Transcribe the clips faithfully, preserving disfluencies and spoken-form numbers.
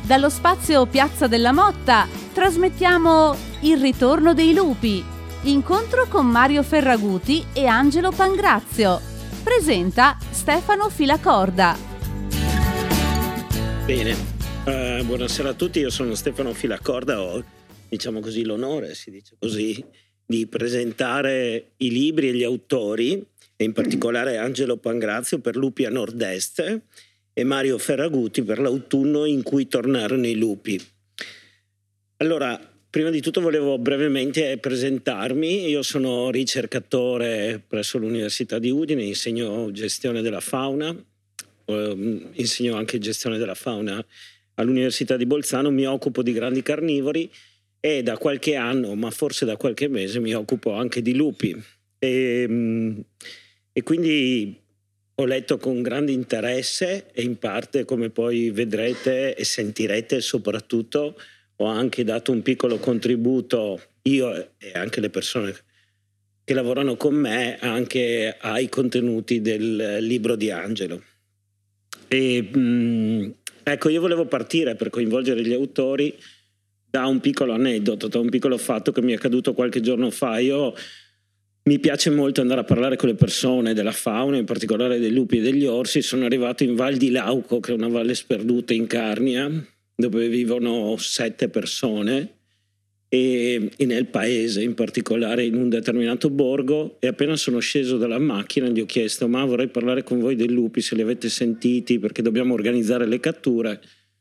Dallo spazio Piazza della Motta trasmettiamo Il ritorno dei lupi. Incontro con Mario Ferraguti e Angelo Pangrazio. Presenta Stefano Filacorda. Bene, uh, buonasera a tutti, io sono Stefano Filacorda, ho diciamo così l'onore, si dice così, di presentare i libri e gli autori, e in particolare Angelo Pangrazio per Lupi a Nord-Est e Mario Ferraguti per L'autunno in cui tornarono i lupi. Allora, prima di tutto volevo brevemente presentarmi. Io sono ricercatore presso l'Università di Udine, insegno gestione della fauna, eh, insegno anche gestione della fauna all'Università di Bolzano, mi occupo di grandi carnivori e da qualche anno, ma forse da qualche mese, mi occupo anche di lupi. E, e quindi ho letto con grande interesse e in parte, come poi vedrete e sentirete soprattutto, ho anche dato un piccolo contributo, io e anche le persone che lavorano con me, anche ai contenuti del libro di Angelo. E, mh, ecco, io volevo partire per coinvolgere gli autori da un piccolo aneddoto, da un piccolo fatto che mi è accaduto qualche giorno fa. Io mi piace molto andare a parlare con le persone della fauna, in particolare dei lupi e degli orsi. Sono arrivato in Val di Lauco, che è una valle sperduta in Carnia, dove vivono sette persone, e, e nel paese, in particolare in un determinato borgo, e appena sono sceso dalla macchina gli ho chiesto: ma vorrei parlare con voi dei lupi, se li avete sentiti, perché dobbiamo organizzare le catture.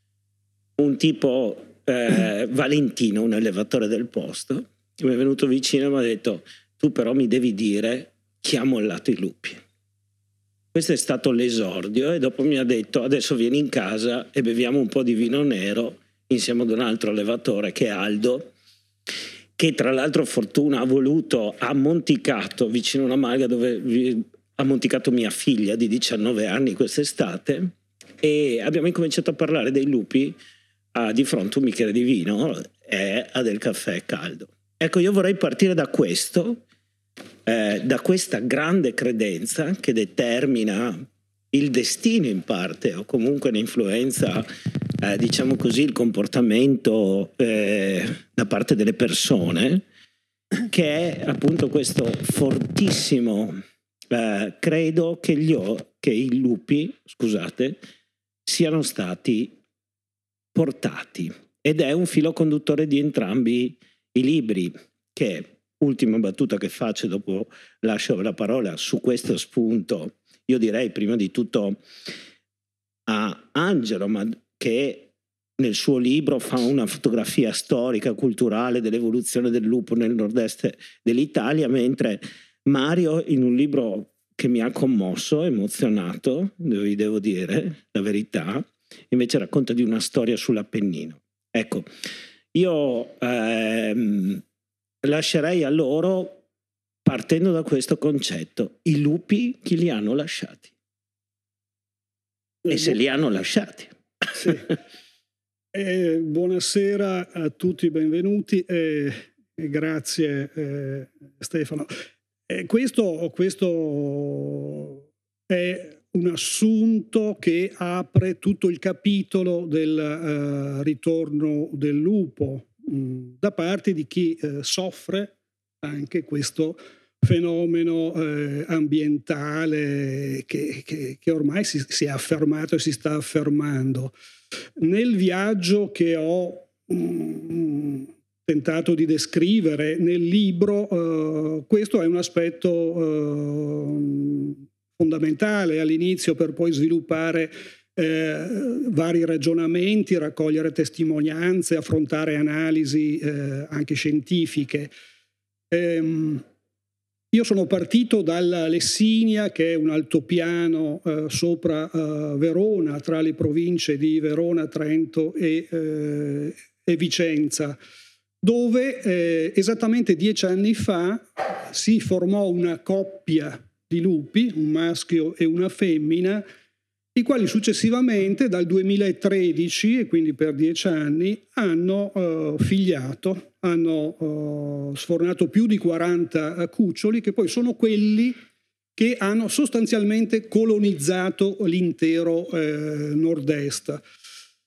Un tipo, eh, Valentino, un allevatore del posto, che mi è venuto vicino e mi ha detto: tu però mi devi dire chi ha mollato i lupi. Questo è stato l'esordio, e dopo mi ha detto: adesso vieni in casa e beviamo un po' di vino nero insieme ad un altro allevatore che è Aldo, che tra l'altro fortuna ha voluto a Monticato, vicino a una malga dove ha Monticato mia figlia di diciannove anni quest'estate, e abbiamo incominciato a parlare dei lupi a, di fronte a un bicchiere di vino e a del caffè caldo. Ecco, io vorrei partire da questo, eh, da questa grande credenza che determina il destino in parte, o comunque l'influenza, eh, diciamo così, il comportamento eh, da parte delle persone, che è appunto questo fortissimo eh, credo che, gli o, che i lupi, scusate, siano stati portati. Ed è un filo conduttore di entrambi i libri, che, ultima battuta che faccio, dopo lascio la parola su questo spunto, io direi prima di tutto a Angelo, ma che nel suo libro fa una fotografia storica, culturale dell'evoluzione del lupo nel nord-est dell'Italia, mentre Mario, in un libro che mi ha commosso, emozionato, vi devo dire la verità, invece racconta di una storia sull'Appennino. Ecco, io ehm, lascerei a loro, partendo da questo concetto: i lupi chi li hanno lasciati? E se li hanno lasciati? Sì. Eh, buonasera a tutti, benvenuti e, e grazie eh, Stefano. Eh, questo, questo è un assunto che apre tutto il capitolo del uh, ritorno del lupo mh, da parte di chi uh, soffre anche questo fenomeno eh, ambientale che, che, che ormai si, si è affermato e si sta affermando. Nel viaggio che ho mh, tentato di descrivere nel libro, eh, questo è un aspetto eh, fondamentale all'inizio, per poi sviluppare eh, vari ragionamenti, raccogliere testimonianze, affrontare analisi eh, anche scientifiche. Ehm, Io sono partito dalla Lessinia, che è un altopiano eh, sopra eh, Verona, tra le province di Verona, Trento e, eh, e Vicenza, dove eh, esattamente dieci anni fa si formò una coppia di lupi, un maschio e una femmina, i quali successivamente dal duemilatredici, e quindi per dieci anni, hanno uh, figliato, hanno uh, sfornato più di quaranta cuccioli, che poi sono quelli che hanno sostanzialmente colonizzato l'intero eh, nord-est.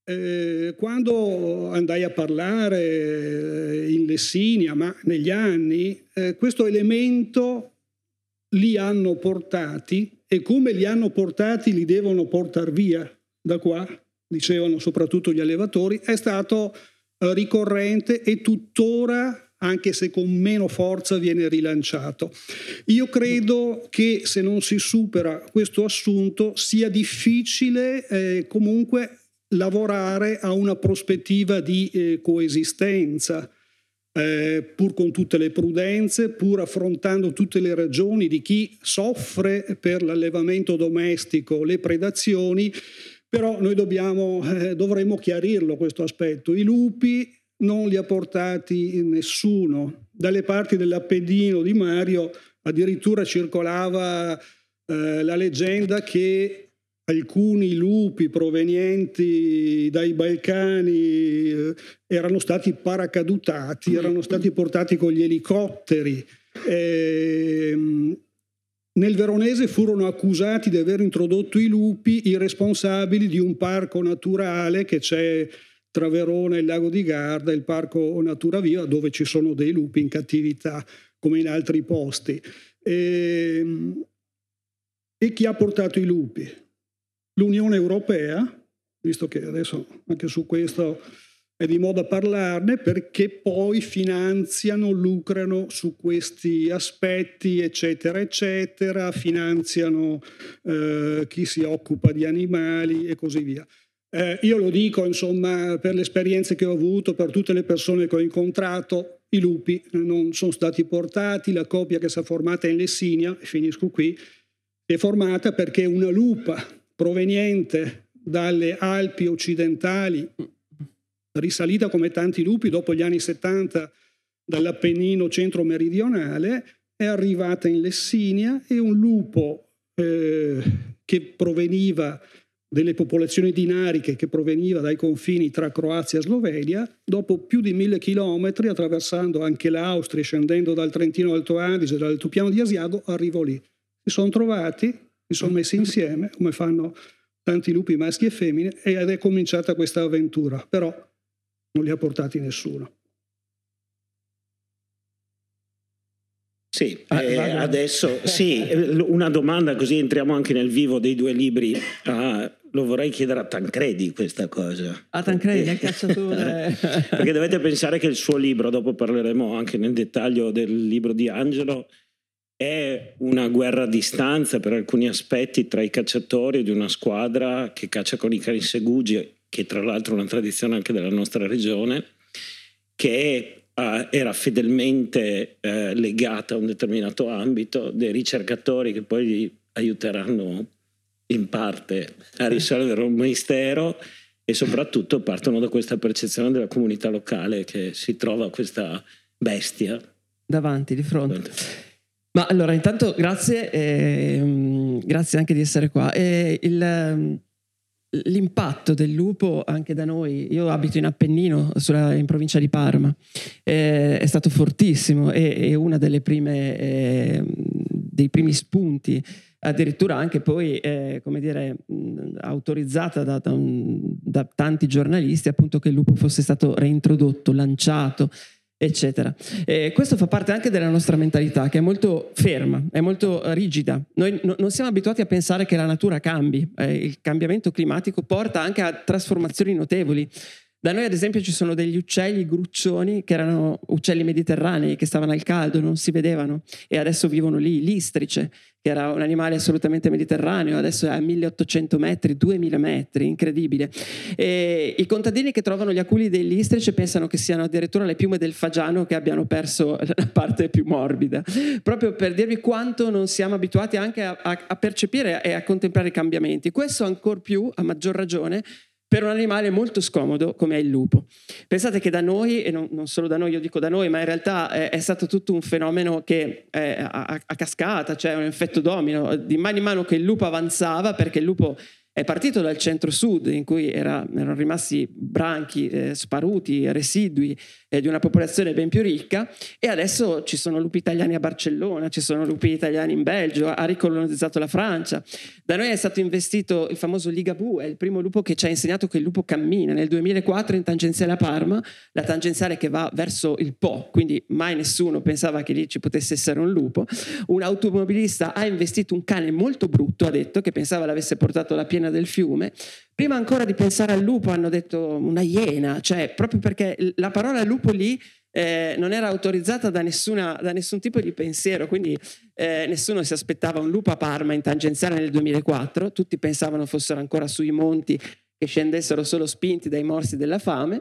eh, quando andai a parlare in Lessinia, ma negli anni, eh, questo elemento li hanno portati, e come li hanno portati li devono portare via da qua, dicevano soprattutto gli allevatori, è stato eh, ricorrente e tuttora, anche se con meno forza, viene rilanciato. Io credo che se non si supera questo assunto sia difficile eh, comunque lavorare a una prospettiva di eh, coesistenza, eh, pur con tutte le prudenze, pur affrontando tutte le ragioni di chi soffre per l'allevamento domestico, le predazioni. Però noi dobbiamo, eh, dovremmo chiarirlo questo aspetto. I lupi non li ha portati nessuno. Dalle parti dell'Appennino di Mario addirittura circolava eh, la leggenda che alcuni lupi provenienti dai Balcani eh, erano stati paracadutati, erano stati portati con gli elicotteri. E, nel Veronese furono accusati di aver introdotto i lupi i responsabili di un parco naturale che c'è tra Verona e il lago di Garda, il parco Natura Viva, dove ci sono dei lupi in cattività come in altri posti. E, e chi ha portato i lupi? L'Unione Europea, visto che adesso anche su questo è di moda parlarne, perché poi finanziano, lucrano su questi aspetti, eccetera, eccetera, finanziano eh, chi si occupa di animali e così via. Eh, io lo dico, insomma, per le esperienze che ho avuto, per tutte le persone che ho incontrato, i lupi non sono stati portati, la coppia che si è formata in Lessinia, e finisco qui, è formata perché una lupa proveniente dalle Alpi occidentali, risalita come tanti lupi dopo gli anni settanta dall'Appennino centro-meridionale, è arrivata in Lessinia, e un lupo eh, che proveniva delle popolazioni dinariche, che proveniva dai confini tra Croazia e Slovenia, dopo più di mille chilometri, attraversando anche l'Austria, scendendo dal Trentino Alto Adige, dall'Altopiano di Asiago, arrivò lì. Si sono trovati, si sono messi insieme, come fanno tanti lupi maschi e femmine, ed è cominciata questa avventura, però non li ha portati nessuno. Sì, eh, adesso sì, una domanda, così entriamo anche nel vivo dei due libri. Ah, lo vorrei chiedere a Tancredi questa cosa. A Tancredi, al cacciatore. Perché dovete pensare che il suo libro, dopo parleremo anche nel dettaglio del libro di Angelo, è una guerra a distanza per alcuni aspetti tra i cacciatori di una squadra che caccia con i cani segugi, che tra l'altro è una tradizione anche della nostra regione, che Uh, era fedelmente uh, legata a un determinato ambito, dei ricercatori che poi gli aiuteranno in parte a risolvere un mistero, e soprattutto partono da questa percezione della comunità locale che si trova questa bestia davanti, di fronte. Ma allora, intanto grazie, eh, grazie anche di essere qua. E il... L'impatto del lupo anche da noi, io abito in Appennino, sulla, in provincia di Parma, eh, è stato fortissimo, e, e una delle prime eh, dei primi spunti, addirittura anche poi eh, come dire mh, autorizzata da, da, un, da tanti giornalisti, appunto, che il lupo fosse stato reintrodotto, lanciato, eccetera. E questo fa parte anche della nostra mentalità, che è molto ferma, è molto rigida. Noi no, non siamo abituati a pensare che la natura cambi. Eh, il cambiamento climatico porta anche a trasformazioni notevoli. Da noi, ad esempio, ci sono degli uccelli gruccioni che erano uccelli mediterranei, che stavano al caldo, non si vedevano, e adesso vivono lì. L'istrice, che era un animale assolutamente mediterraneo, adesso è a milleottocento metri, duemila metri, incredibile. E i contadini che trovano gli aculi dell'istrice pensano che siano addirittura le piume del fagiano, che abbiano perso la parte più morbida, proprio per dirvi quanto non siamo abituati anche a, a, a percepire e a contemplare i cambiamenti. Questo ancor più, a maggior ragione, per un animale molto scomodo come è il lupo. Pensate che da noi, e non, non solo da noi, io dico da noi, ma in realtà è, è stato tutto un fenomeno che è a, a cascata, cioè un effetto domino, di mano in mano che il lupo avanzava, perché il lupo è partito dal centro-sud, in cui era, erano rimasti branchi eh, sparuti, residui eh, di una popolazione ben più ricca, e adesso ci sono lupi italiani a Barcellona, ci sono lupi italiani in Belgio, ha ricolonizzato la Francia. Da noi è stato investito il famoso Ligabue, è il primo lupo che ci ha insegnato che il lupo cammina. Nel duemilaquattro in tangenziale a Parma, la tangenziale che va verso il Po, quindi mai nessuno pensava che lì ci potesse essere un lupo, un automobilista ha investito un cane molto brutto, ha detto, che pensava l'avesse portato alla piena del fiume. Prima ancora di pensare al lupo hanno detto una iena, cioè proprio perché la parola lupo lì eh, non era autorizzata da, nessuna, da nessun tipo di pensiero, quindi eh, nessuno si aspettava un lupo a Parma in tangenziale nel duemilaquattro, tutti pensavano fossero ancora sui monti, che scendessero solo spinti dai morsi della fame,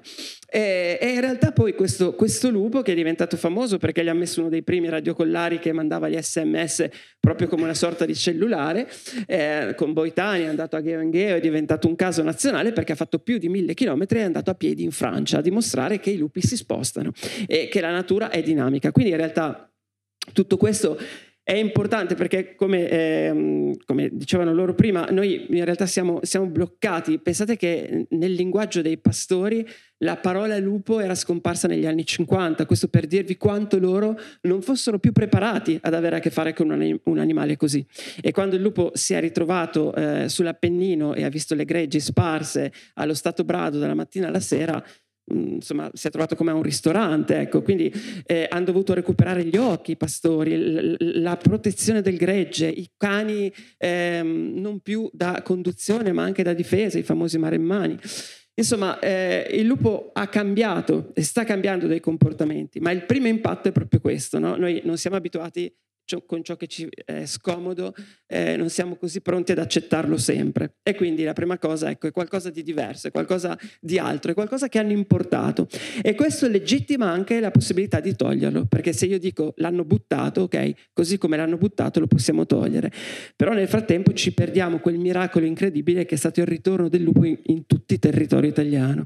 e, e in realtà poi questo, questo lupo, che è diventato famoso perché gli ha messo uno dei primi radiocollari che mandava gli sms proprio come una sorta di cellulare, eh, con Boitani, è andato a Gheo in Gheo, è diventato un caso nazionale perché ha fatto più di mille chilometri e è andato a piedi in Francia a dimostrare che i lupi si spostano e che la natura è dinamica. Quindi in realtà tutto questo è importante perché, come, eh, come dicevano loro prima, noi in realtà siamo, siamo bloccati. Pensate che nel linguaggio dei pastori la parola lupo era scomparsa negli anni cinquanta, questo per dirvi quanto loro non fossero più preparati ad avere a che fare con un, un animale così. E quando il lupo si è ritrovato eh, sull'Appennino e ha visto le greggi sparse allo Stato Brado dalla mattina alla sera, insomma si è trovato come a un ristorante, ecco. Quindi eh, hanno dovuto recuperare gli occhi i pastori, l- la protezione del gregge, i cani ehm, non più da conduzione ma anche da difesa, i famosi maremmani. Insomma eh, il lupo ha cambiato e sta cambiando dei comportamenti, ma il primo impatto è proprio questo, no? Noi non siamo abituati con ciò che ci è scomodo, eh, non siamo così pronti ad accettarlo sempre, e quindi la prima cosa, ecco, è qualcosa di diverso, è qualcosa di altro, è qualcosa che hanno importato, e questo legittima anche la possibilità di toglierlo, perché se io dico l'hanno buttato, ok, così come l'hanno buttato lo possiamo togliere, però nel frattempo ci perdiamo quel miracolo incredibile che è stato il ritorno del lupo in, in tutti i territori italiani.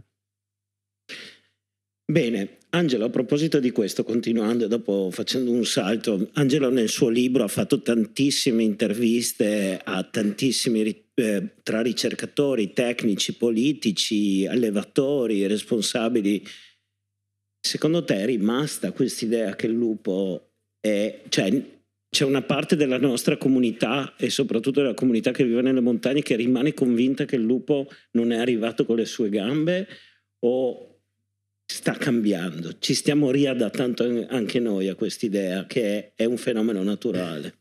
Bene, Angelo, a proposito di questo, continuando, dopo facendo un salto, Angelo nel suo libro ha fatto tantissime interviste a tantissimi eh, tra ricercatori, tecnici, politici, allevatori, responsabili. Secondo te è rimasta quest'idea che il lupo è, cioè c'è una parte della nostra comunità e soprattutto della comunità che vive nelle montagne che rimane convinta che il lupo non è arrivato con le sue gambe, o sta cambiando? Ci stiamo riadattando anche noi a quest'idea che è un fenomeno naturale?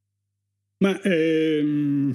Ma ehm,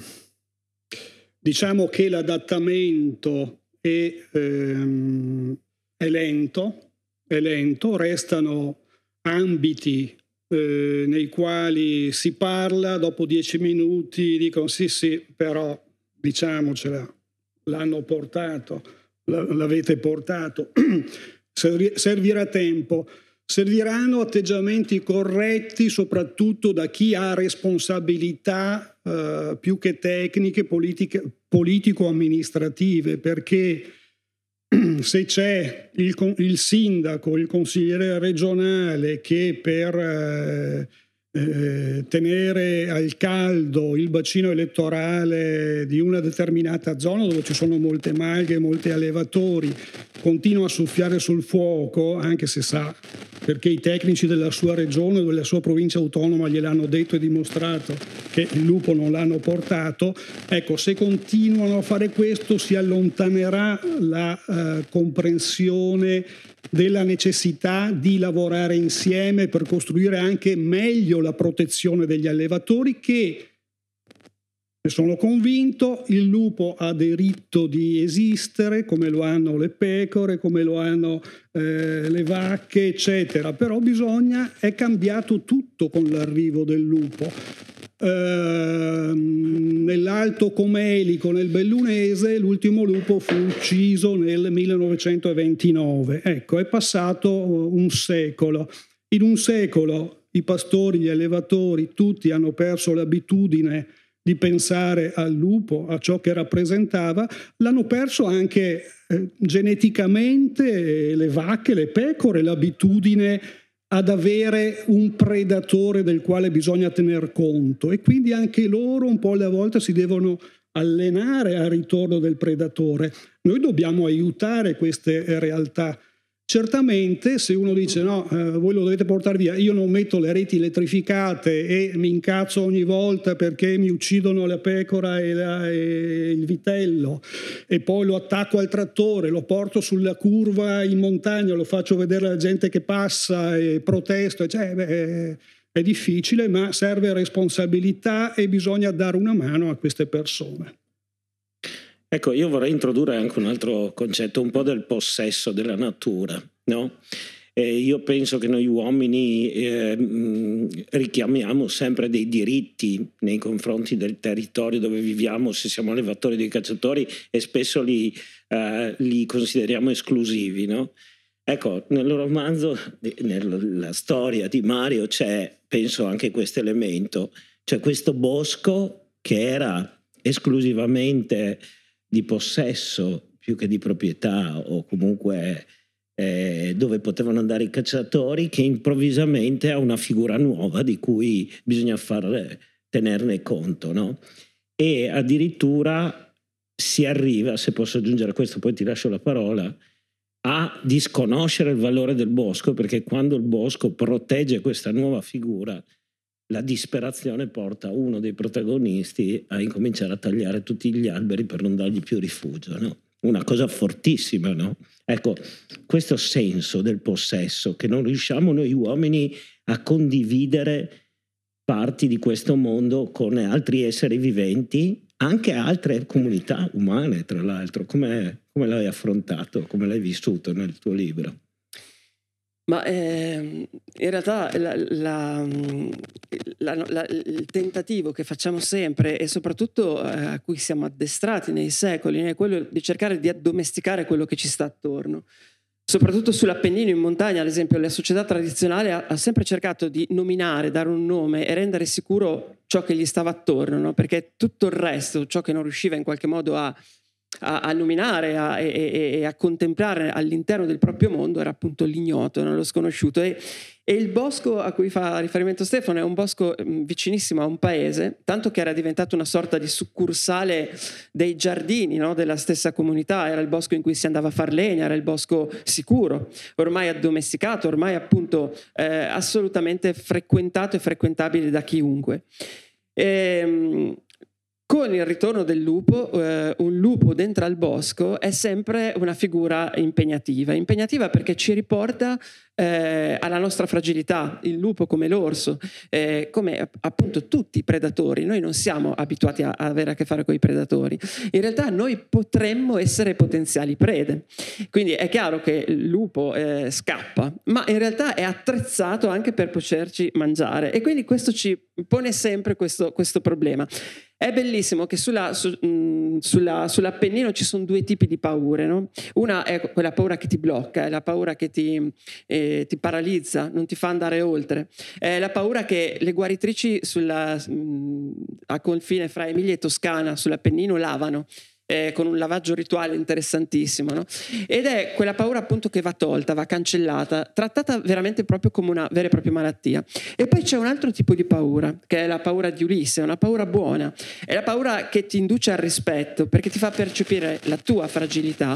diciamo che l'adattamento è, ehm, è lento, è lento, restano ambiti eh, nei quali si parla, dopo dieci minuti dicono sì sì, però diciamocela, l'hanno portato, l'avete portato. Servirà tempo, serviranno atteggiamenti corretti soprattutto da chi ha responsabilità eh, più che tecniche, politiche, politico-amministrative, perché se c'è il, il sindaco, il consigliere regionale che per eh, eh, tenere al caldo il bacino elettorale di una determinata zona dove ci sono molte malghe e molti allevatori continua a soffiare sul fuoco, anche se sa, perché i tecnici della sua regione o della sua provincia autonoma gliel'hanno detto e dimostrato che il lupo non l'hanno portato, ecco, se continuano a fare questo si allontanerà la eh, comprensione della necessità di lavorare insieme per costruire anche meglio la protezione degli allevatori, che, ne sono convinto, il lupo ha diritto di esistere come lo hanno le pecore, come lo hanno eh, le vacche, eccetera, però bisogna, è cambiato tutto con l'arrivo del lupo. Uh, nell'Alto Comelico, nel Bellunese, l'ultimo lupo fu ucciso nel millenovecentoventinove. Ecco, è passato un secolo. In un secolo i pastori, gli allevatori, tutti hanno perso l'abitudine di pensare al lupo, a ciò che rappresentava. L'hanno perso anche eh, geneticamente le vacche, le pecore, l'abitudine ad avere un predatore del quale bisogna tener conto, e quindi anche loro un po' alle volte si devono allenare al ritorno del predatore. Noi dobbiamo aiutare queste realtà. Certamente se uno dice no, eh, voi lo dovete portare via, io non metto le reti elettrificate e mi incazzo ogni volta perché mi uccidono la pecora e, la, e il vitello e poi lo attacco al trattore, lo porto sulla curva in montagna, lo faccio vedere alla gente che passa e protesto, cioè, beh, è difficile, ma serve responsabilità e bisogna dare una mano a queste persone. Ecco, io vorrei introdurre anche un altro concetto, un po' del possesso della natura, no? Eh, io penso che noi uomini eh, richiamiamo sempre dei diritti nei confronti del territorio dove viviamo, se siamo allevatori dei cacciatori, e spesso li, eh, li consideriamo esclusivi, no? Ecco, nel romanzo, nella storia di Mario c'è, penso, anche questo elemento, cioè questo bosco che era esclusivamente di possesso più che di proprietà, o comunque eh, dove potevano andare i cacciatori, che improvvisamente ha una figura nuova di cui bisogna far tenerne conto, no? E addirittura si arriva, se posso aggiungere a questo, poi ti lascio la parola, a disconoscere il valore del bosco, perché quando il bosco protegge questa nuova figura, la disperazione porta uno dei protagonisti a incominciare a tagliare tutti gli alberi per non dargli più rifugio, no? Una cosa fortissima, no? Ecco, questo senso del possesso che non riusciamo noi uomini a condividere parti di questo mondo con altri esseri viventi, anche altre comunità umane, tra l'altro. Come, come l'hai affrontato, come l'hai vissuto nel tuo libro? Ma eh, in realtà la, la, la, la, il tentativo che facciamo sempre, e soprattutto eh, a cui siamo addestrati nei secoli, è quello di cercare di addomesticare quello che ci sta attorno. Soprattutto sull'Appennino, in montagna, ad esempio, la società tradizionale ha, ha sempre cercato di nominare, dare un nome e rendere sicuro ciò che gli stava attorno, no? Perché tutto il resto, ciò che non riusciva in qualche modo a A, a nominare a, e, e a contemplare all'interno del proprio mondo, era appunto l'ignoto, no? Lo sconosciuto. E, e il bosco a cui fa riferimento Stefano è un bosco mh, vicinissimo a un paese, tanto che era diventato una sorta di succursale dei giardini, no? Della stessa comunità. Era il bosco in cui si andava a far legna, era il bosco sicuro, ormai addomesticato, ormai appunto eh, assolutamente frequentato e frequentabile da chiunque. E, con il ritorno del lupo, eh, un lupo dentro al bosco è sempre una figura impegnativa, impegnativa perché ci riporta eh, alla nostra fragilità. Il lupo, come l'orso, eh, come appunto tutti i predatori, noi non siamo abituati a, a avere a che fare con i predatori. In realtà noi potremmo essere potenziali prede, quindi è chiaro che il lupo eh, scappa, ma in realtà è attrezzato anche per poterci mangiare, e quindi questo ci pone sempre questo, questo problema. È bellissimo che sulla, su, mh, sulla, sull'Appennino ci sono due tipi di paure, no? Una è quella paura che ti blocca, è la paura che ti, eh, ti paralizza, non ti fa andare oltre. È la paura che le guaritrici sulla, mh, a confine fra Emilia e Toscana, sull'Appennino, lavano. Eh, con un lavaggio rituale interessantissimo, no? Ed è quella paura appunto che va tolta, va cancellata, trattata veramente proprio come una vera e propria malattia. E poi c'è un altro tipo di paura, che è la paura di Ulisse, una paura buona, è la paura che ti induce al rispetto, perché ti fa percepire la tua fragilità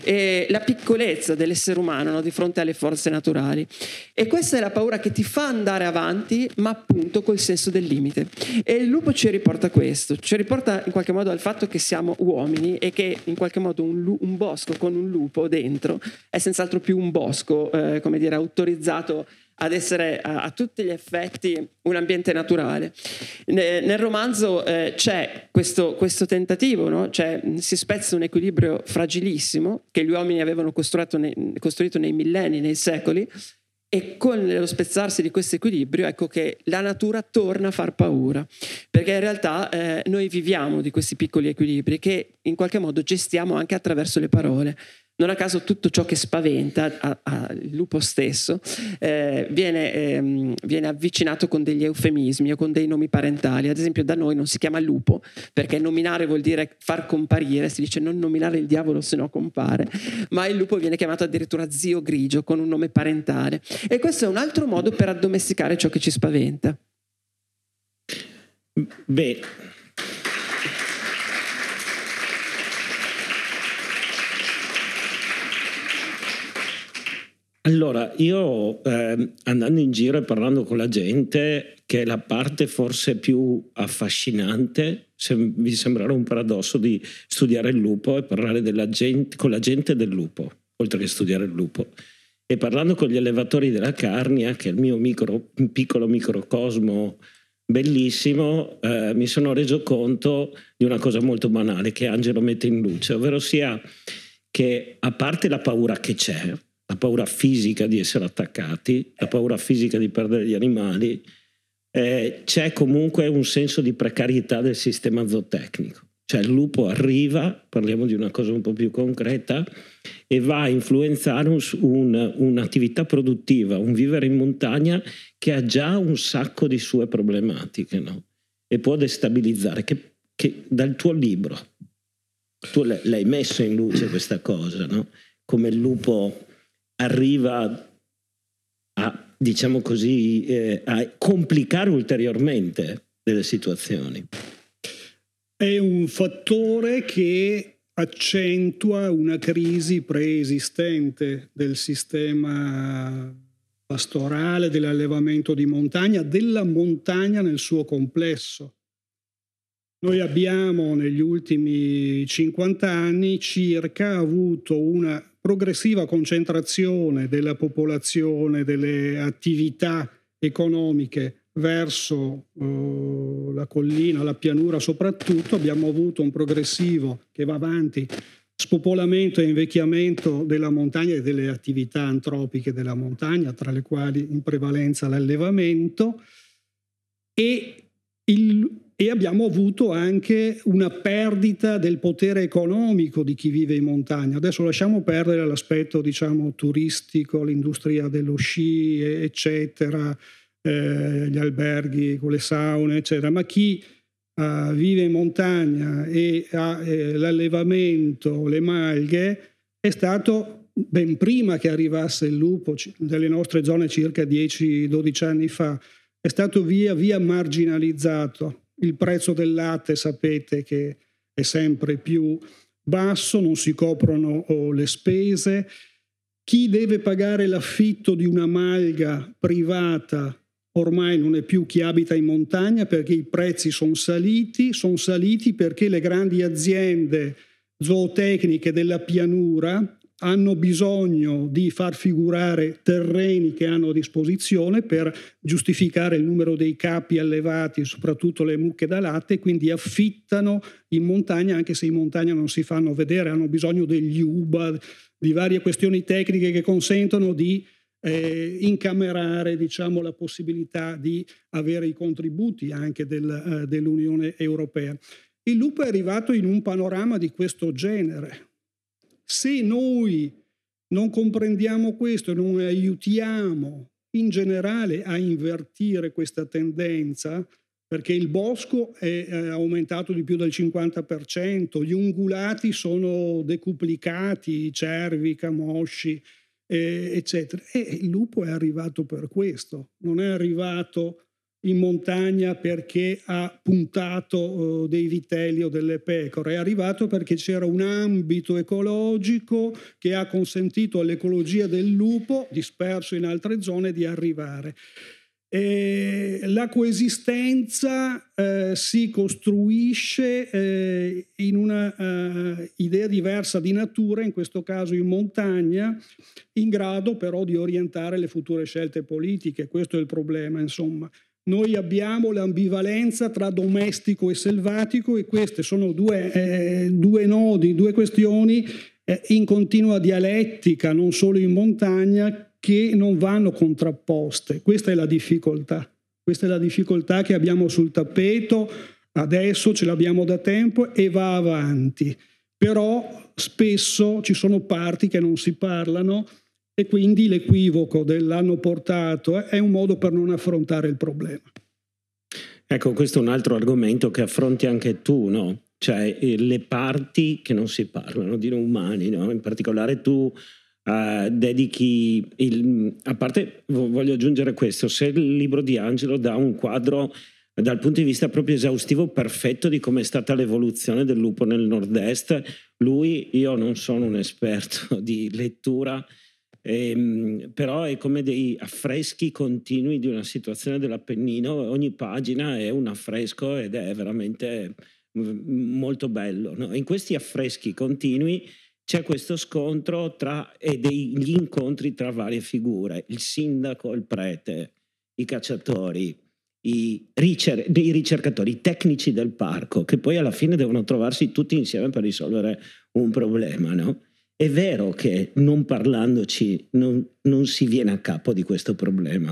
e la piccolezza dell'essere umano, no? Di fronte alle forze naturali. E questa è la paura che ti fa andare avanti, ma appunto col senso del limite. E il lupo ci riporta questo, ci riporta in qualche modo al fatto che siamo uomini, e che in qualche modo un, un bosco con un lupo dentro è senz'altro più un bosco, eh, come dire, autorizzato ad essere a, a tutti gli effetti un ambiente naturale. Ne, nel romanzo eh, c'è questo, questo tentativo, no? Cioè, si spezza un equilibrio fragilissimo che gli uomini avevano costruito nei, costruito nei millenni, nei secoli, e con lo spezzarsi di questo equilibrio ecco che la natura torna a far paura, perché in realtà eh, noi viviamo di questi piccoli equilibri che in qualche modo gestiamo anche attraverso le parole. Non a caso tutto ciò che spaventa a, a, il lupo stesso eh, viene, ehm, viene avvicinato con degli eufemismi o con dei nomi parentali. Ad esempio da noi non si chiama lupo perché nominare vuol dire far comparire, si dice non nominare il diavolo se no compare, ma il lupo viene chiamato addirittura zio grigio con un nome parentale, e questo è un altro modo per addomesticare ciò che ci spaventa. Beh, Allora, io eh, andando in giro e parlando con la gente, che è la parte forse più affascinante, se, vi sembrerà un paradosso di studiare il lupo e parlare della gente, con la gente del lupo, oltre che studiare il lupo. E parlando con gli allevatori della Carnia, che è il mio micro, piccolo microcosmo bellissimo, eh, mi sono reso conto di una cosa molto banale che Angelo mette in luce, ovvero sia che a parte la paura che c'è, la paura fisica di essere attaccati, la paura fisica di perdere gli animali, eh, c'è comunque un senso di precarietà del sistema zootecnico. Cioè il lupo arriva, parliamo di una cosa un po' più concreta, e va a influenzare un, un, un'attività produttiva, un vivere in montagna che ha già un sacco di sue problematiche, no? E può destabilizzare, che, che dal tuo libro, tu l'hai messo in luce questa cosa, no? Come il lupo arriva a, diciamo così, eh, a complicare ulteriormente delle situazioni. È un fattore che accentua una crisi preesistente del sistema pastorale, dell'allevamento di montagna, della montagna nel suo complesso. Noi abbiamo negli ultimi cinquanta anni circa avuto una progressiva concentrazione della popolazione, delle attività economiche verso uh, la collina, la pianura soprattutto. Abbiamo avuto un progressivo che va avanti spopolamento e invecchiamento della montagna e delle attività antropiche della montagna, tra le quali in prevalenza l'allevamento, e, il, e abbiamo avuto anche una perdita del potere economico di chi vive in montagna. Adesso lasciamo perdere l'aspetto, diciamo, turistico, l'industria dello sci, eccetera, Eh, gli alberghi con le saune, eccetera, ma chi uh, vive in montagna e ha eh, l'allevamento, le malghe, è stato ben prima che arrivasse il lupo, nelle nostre zone circa dieci dodici anni fa, è stato via via marginalizzato. Il prezzo del latte sapete che è sempre più basso, non si coprono oh, le spese. Chi deve pagare l'affitto di una malga privata ormai non è più chi abita in montagna, perché i prezzi sono saliti, sono saliti perché le grandi aziende zootecniche della pianura hanno bisogno di far figurare terreni che hanno a disposizione per giustificare il numero dei capi allevati, soprattutto le mucche da latte, quindi affittano in montagna, anche se in montagna non si fanno vedere, hanno bisogno degli U B A, di varie questioni tecniche che consentono di eh, incamerare, diciamo, la possibilità di avere i contributi anche del, eh, dell'Unione Europea. Il lupo è arrivato in un panorama di questo genere. Se noi non comprendiamo questo e non aiutiamo in generale a invertire questa tendenza, perché il bosco è eh, aumentato di più del cinquanta per cento, gli ungulati sono decuplicati, cervi, camosci, eh, eccetera. E il lupo è arrivato per questo, non è arrivato in montagna perché ha puntato uh, dei vitelli o delle pecore, è arrivato perché c'era un ambito ecologico che ha consentito all'ecologia del lupo, disperso in altre zone, di arrivare. E la coesistenza eh, si costruisce eh, in una uh, idea diversa di natura, in questo caso in montagna, in grado però di orientare le future scelte politiche. Questo è il problema, insomma. Noi abbiamo l'ambivalenza tra domestico e selvatico, e queste sono due, eh, due nodi, due questioni eh, in continua dialettica, non solo in montagna, che non vanno contrapposte. Questa è la difficoltà. Questa è la difficoltà che abbiamo sul tappeto, adesso ce l'abbiamo da tempo e va avanti. Però spesso ci sono parti che non si parlano, e quindi l'equivoco dell'hanno portato è un modo per non affrontare il problema. Ecco, questo è un altro argomento che affronti anche tu, no? Cioè le parti che non si parlano, di noi umani, no? In particolare tu uh, dedichi, il, a parte voglio aggiungere questo, se il libro di Angelo dà un quadro dal punto di vista proprio esaustivo, perfetto, di come è stata l'evoluzione del lupo nel nord-est. Lui, io non sono un esperto di lettura, E, però è come dei affreschi continui di una situazione dell'Appennino, ogni pagina è un affresco ed è veramente molto bello, no? In questi affreschi continui c'è questo scontro tra, e degli incontri tra varie figure, il sindaco, il prete, i cacciatori, i, ricer- i ricercatori, i tecnici del parco, che poi alla fine devono trovarsi tutti insieme per risolvere un problema, no? È vero che non parlandoci non, non si viene a capo di questo problema.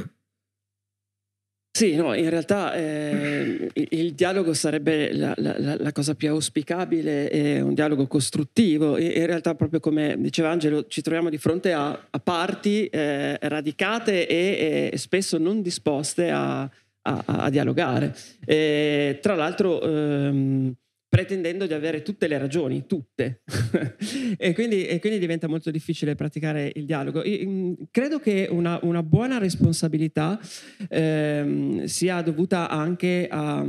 Sì, no, in realtà eh, il, il dialogo sarebbe la, la, la cosa più auspicabile, è un dialogo costruttivo. In, in realtà, proprio come diceva Angelo, ci troviamo di fronte a, a parti eh, radicate e, e spesso non disposte a, a, a dialogare. E, tra l'altro ehm, pretendendo di avere tutte le ragioni, tutte. e, quindi, e quindi diventa molto difficile praticare il dialogo. Io, credo che una, una buona responsabilità ehm, sia dovuta anche a,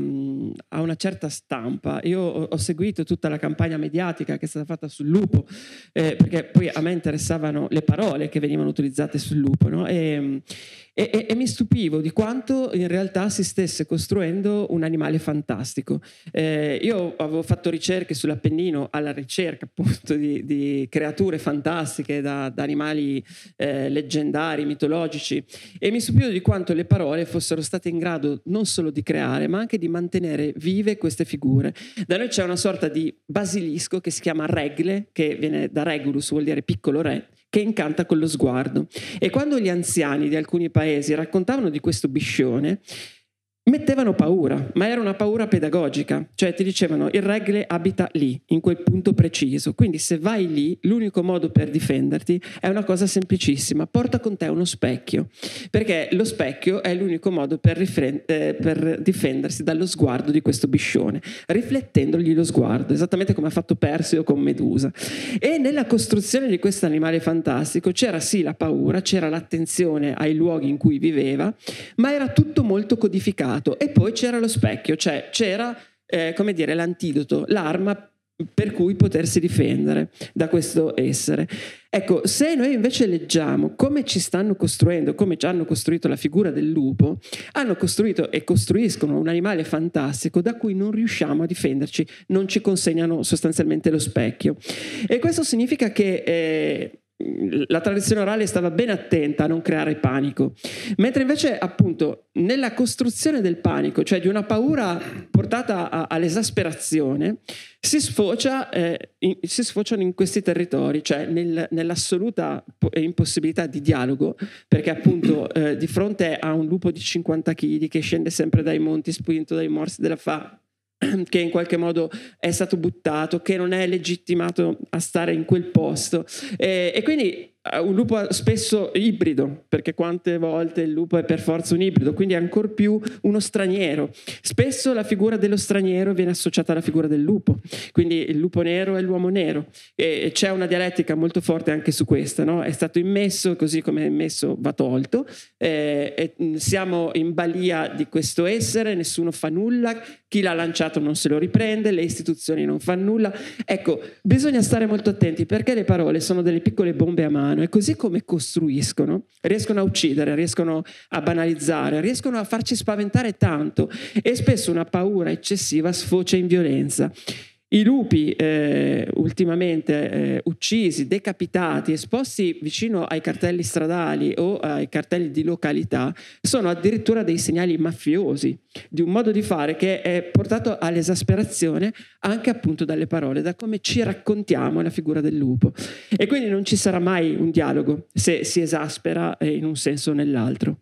a una certa stampa. Io ho, ho seguito tutta la campagna mediatica che è stata fatta sul lupo, eh, perché poi a me interessavano le parole che venivano utilizzate sul lupo, no? E, e, e, e mi stupivo di quanto in realtà si stesse costruendo un animale fantastico. Eh, io avevo fatto ricerche sull'Appennino alla ricerca appunto di, di creature fantastiche da, da animali eh, leggendari, mitologici, e mi stupivo di quanto le parole fossero state in grado non solo di creare ma anche di mantenere vive queste figure. Da noi c'è una sorta di basilisco che si chiama Regle, che viene da Regulus, vuol dire piccolo re, che incanta con lo sguardo. E quando gli anziani di alcuni paesi raccontavano di questo biscione, mettevano paura, ma era una paura pedagogica, cioè ti dicevano il Regle abita lì, in quel punto preciso, quindi se vai lì l'unico modo per difenderti è una cosa semplicissima, porta con te uno specchio, perché lo specchio è l'unico modo per, rifre- eh, per difendersi dallo sguardo di questo biscione, riflettendogli lo sguardo, esattamente come ha fatto Perseo con Medusa. E nella costruzione di questo animale fantastico c'era sì la paura, c'era l'attenzione ai luoghi in cui viveva, ma era tutto molto codificato. E poi c'era lo specchio, cioè c'era eh, come dire l'antidoto, l'arma per cui potersi difendere da questo essere. Ecco, se noi invece leggiamo come ci stanno costruendo, come ci hanno costruito la figura del lupo, hanno costruito e costruiscono un animale fantastico da cui non riusciamo a difenderci, non ci consegnano sostanzialmente lo specchio. E questo significa che eh, la tradizione orale stava ben attenta a non creare panico, mentre invece appunto nella costruzione del panico, cioè di una paura portata a, all'esasperazione, si sfocia eh, in, si sfociano in questi territori, cioè nel, nell'assoluta impossibilità di dialogo, perché appunto eh, di fronte a un lupo di cinquanta chili che scende sempre dai monti spinto dai morsi della fame, che in qualche modo è stato buttato, che non è legittimato a stare in quel posto, e, e quindi un lupo spesso ibrido, perché quante volte il lupo è per forza un ibrido, quindi ancor più uno straniero. Spesso la figura dello straniero viene associata alla figura del lupo, quindi il lupo nero è l'uomo nero, e c'è una dialettica molto forte anche su questa, no? È stato immesso, così come è immesso va tolto, eh, e siamo in balia di questo essere, nessuno fa nulla, chi l'ha lanciato non se lo riprende, le istituzioni non fanno nulla. Ecco, bisogna stare molto attenti, perché le parole sono delle piccole bombe a mano, e così come costruiscono, riescono a uccidere, riescono a banalizzare, riescono a farci spaventare tanto, e spesso una paura eccessiva sfocia in violenza. I lupi eh, ultimamente eh, uccisi, decapitati, esposti vicino ai cartelli stradali o ai cartelli di località sono addirittura dei segnali mafiosi di un modo di fare che è portato all'esasperazione anche appunto dalle parole, da come ci raccontiamo la figura del lupo. E quindi non ci sarà mai un dialogo se si esaspera in un senso o nell'altro.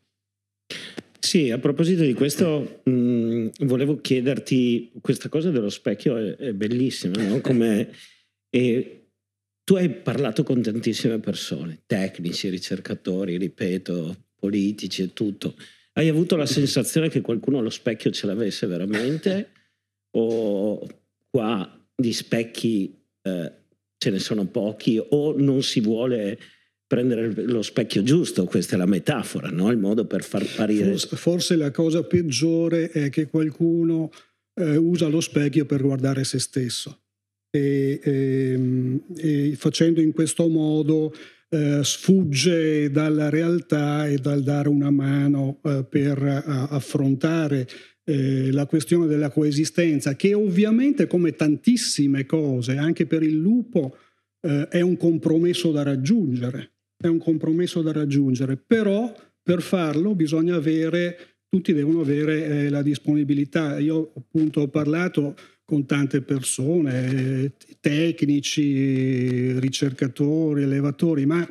Sì, a proposito di questo, mh, volevo chiederti, questa cosa dello specchio è, è bellissima, no? Come, e tu hai parlato con tantissime persone, tecnici, ricercatori, ripeto, politici e tutto. Hai avuto la sensazione che qualcuno allo specchio ce l'avesse veramente? O qua di specchi eh, ce ne sono pochi, o non si vuole prendere lo specchio giusto? Questa è la metafora, no? Il modo per far parire. Forse, forse la cosa peggiore è che qualcuno eh, usa lo specchio per guardare se stesso, e, e, e facendo in questo modo eh, sfugge dalla realtà e dal dare una mano eh, per a, affrontare eh, la questione della coesistenza, che ovviamente, come tantissime cose, anche per il lupo eh, è un compromesso da raggiungere, è un compromesso da raggiungere, però per farlo bisogna avere, tutti devono avere eh, la disponibilità. Io appunto ho parlato con tante persone, tecnici, ricercatori, allevatori, ma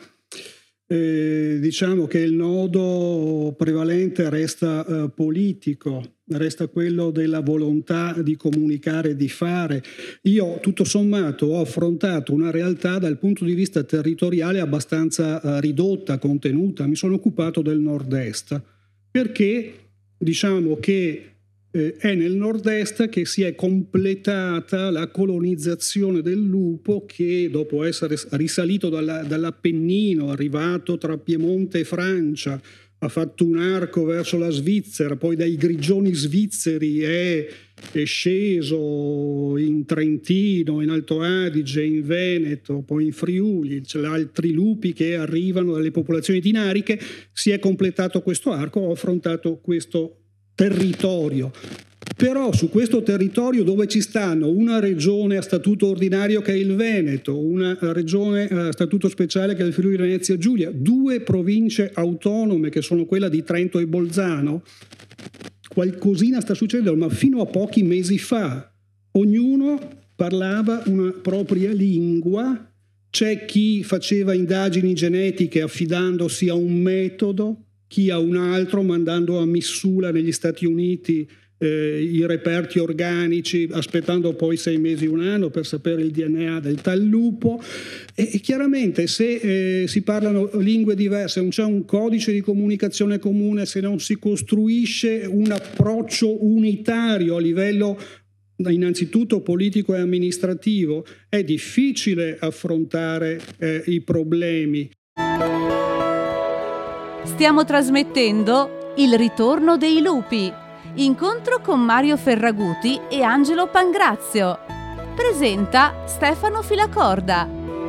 eh, diciamo che il nodo prevalente resta eh, politico, resta quello della volontà di comunicare e di fare. Io tutto sommato ho affrontato una realtà dal punto di vista territoriale abbastanza eh, ridotta, contenuta. Mi sono occupato del nord-est perché diciamo che Eh, è nel nord-est che si è completata la colonizzazione del lupo, che dopo essere risalito dalla, dall'Appennino, arrivato tra Piemonte e Francia, ha fatto un arco verso la Svizzera, poi dai grigioni svizzeri è, è sceso in Trentino, in Alto Adige, in Veneto, poi in Friuli, c'è altri lupi che arrivano dalle popolazioni dinariche. Si è completato questo arco, ho affrontato questo territorio, però su questo territorio dove ci stanno una regione a statuto ordinario che è il Veneto, una regione a statuto speciale che è il Friuli Venezia Giulia, due province autonome che sono quella di Trento e Bolzano, qualcosina sta succedendo, ma fino a pochi mesi fa ognuno parlava una propria lingua. C'è chi faceva indagini genetiche affidandosi a un metodo, chi a un altro, mandando a Missula negli Stati Uniti eh, i reperti organici, aspettando poi sei mesi, un anno per sapere il D N A del tal lupo. E, e chiaramente se eh, si parlano lingue diverse, non c'è un codice di comunicazione comune, se non si costruisce un approccio unitario a livello innanzitutto politico e amministrativo, è difficile affrontare eh, i problemi. Stiamo trasmettendo Il ritorno dei lupi. Incontro con Mario Ferraguti e Angelo Pangrazio. Presenta Stefano Filacorda.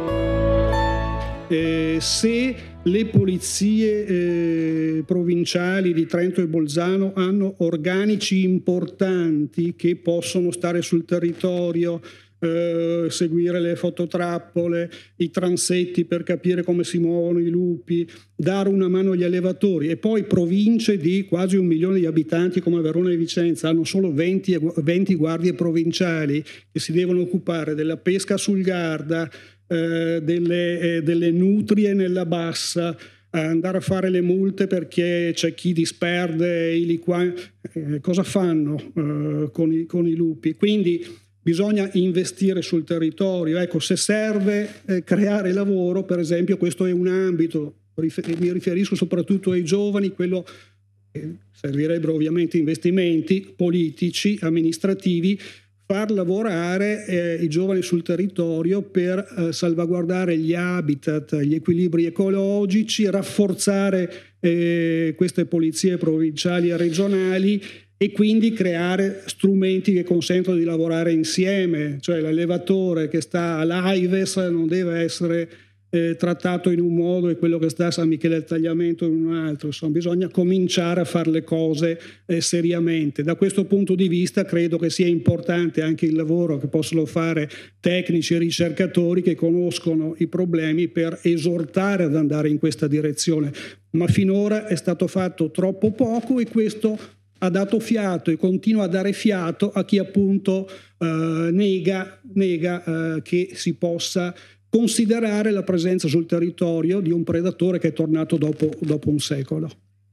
Eh, se le polizie eh, provinciali di Trento e Bolzano hanno organici importanti che possono stare sul territorio, Eh, seguire le fototrappole, i transetti per capire come si muovono i lupi, dare una mano agli allevatori, e poi province di quasi un milione di abitanti come Verona e Vicenza hanno solo venti, venti guardie provinciali che si devono occupare della pesca sul Garda, eh, delle, eh, delle nutrie nella bassa, andare a fare le multe perché c'è chi disperde i liquami. Eh, cosa fanno eh, con, i, con i lupi? Quindi bisogna investire sul territorio. Ecco, se serve eh, creare lavoro, per esempio, questo è un ambito, rifer- mi riferisco soprattutto ai giovani, quello eh, servirebbero ovviamente investimenti politici, amministrativi, far lavorare eh, i giovani sul territorio per eh, salvaguardare gli habitat, gli equilibri ecologici, rafforzare eh, queste polizie provinciali e regionali, e quindi creare strumenti che consentono di lavorare insieme, cioè l'allevatore che sta all'Aives non deve essere eh, trattato in un modo e quello che sta a San Michele al Tagliamento in un altro. Insomma, bisogna cominciare a fare le cose eh, seriamente. Da questo punto di vista credo che sia importante anche il lavoro che possono fare tecnici e ricercatori che conoscono i problemi per esortare ad andare in questa direzione, ma finora è stato fatto troppo poco, e questo ha dato fiato e continua a dare fiato a chi appunto eh, nega, nega eh, che si possa considerare la presenza sul territorio di un predatore che è tornato dopo, dopo un secolo.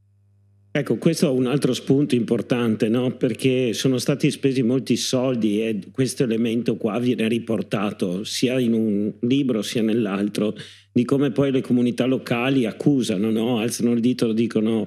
Ecco, questo è un altro spunto importante, no? Perché sono stati spesi molti soldi e questo elemento qua viene riportato sia in un libro sia nell'altro, di come poi le comunità locali accusano, no? Alzano il dito, dicono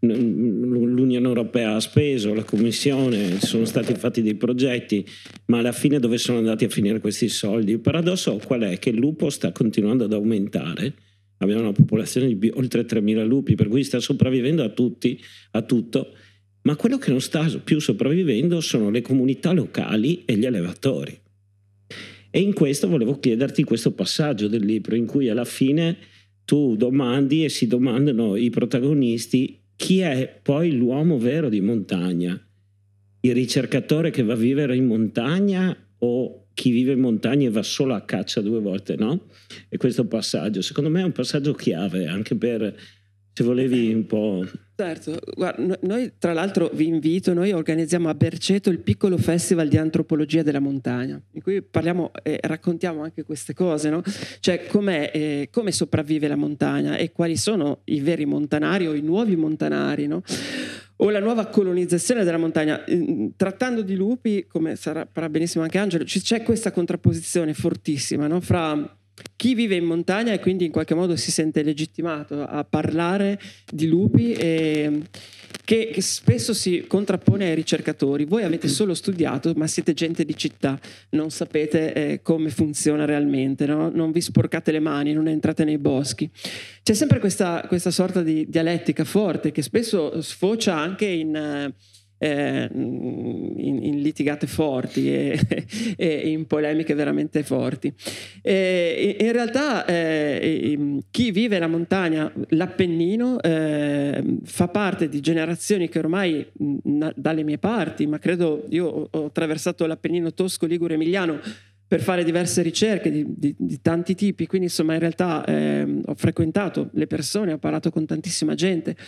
l'Unione Europea ha speso, la Commissione, sono stati fatti dei progetti, ma alla fine dove sono andati a finire questi soldi? Il paradosso qual è? Che il lupo sta continuando ad aumentare. Abbiamo una popolazione di oltre tremila lupi, per cui sta sopravvivendo a tutti, a tutto, ma quello che non sta più sopravvivendo sono le comunità locali e gli allevatori. E in questo volevo chiederti questo passaggio del libro in cui alla fine tu domandi e si domandano i protagonisti chi è poi l'uomo vero di montagna, il ricercatore che va a vivere in montagna o chi vive in montagna e va solo a caccia due volte, no? E questo passaggio secondo me è un passaggio chiave anche per, se volevi un po'... Certo, guarda, noi tra l'altro vi invito, noi organizziamo a Berceto il piccolo festival di antropologia della montagna, in cui parliamo e raccontiamo anche queste cose, no? Cioè com'è, eh, come sopravvive la montagna e quali sono i veri montanari o i nuovi montanari, no? O la nuova colonizzazione della montagna. Trattando di lupi, come sarà benissimo anche Angelo, c'è questa contrapposizione fortissima, no? Fra chi vive in montagna e quindi in qualche modo si sente legittimato a parlare di lupi e che, che spesso si contrappone ai ricercatori. Voi avete solo studiato, ma siete gente di città, non sapete eh, come funziona realmente, no? Non vi sporcate le mani, non entrate nei boschi. C'è sempre questa, questa sorta di dialettica forte che spesso sfocia anche in... Eh, in, in litigate forti e, e in polemiche veramente forti. E, in realtà eh, chi vive la montagna, l'Appennino, eh, fa parte di generazioni che ormai na, dalle mie parti, ma credo io ho, ho attraversato l'Appennino tosco, ligure, emiliano per fare diverse ricerche di, di, di tanti tipi, quindi insomma in realtà eh, ho frequentato le persone, ho parlato con tantissima gente.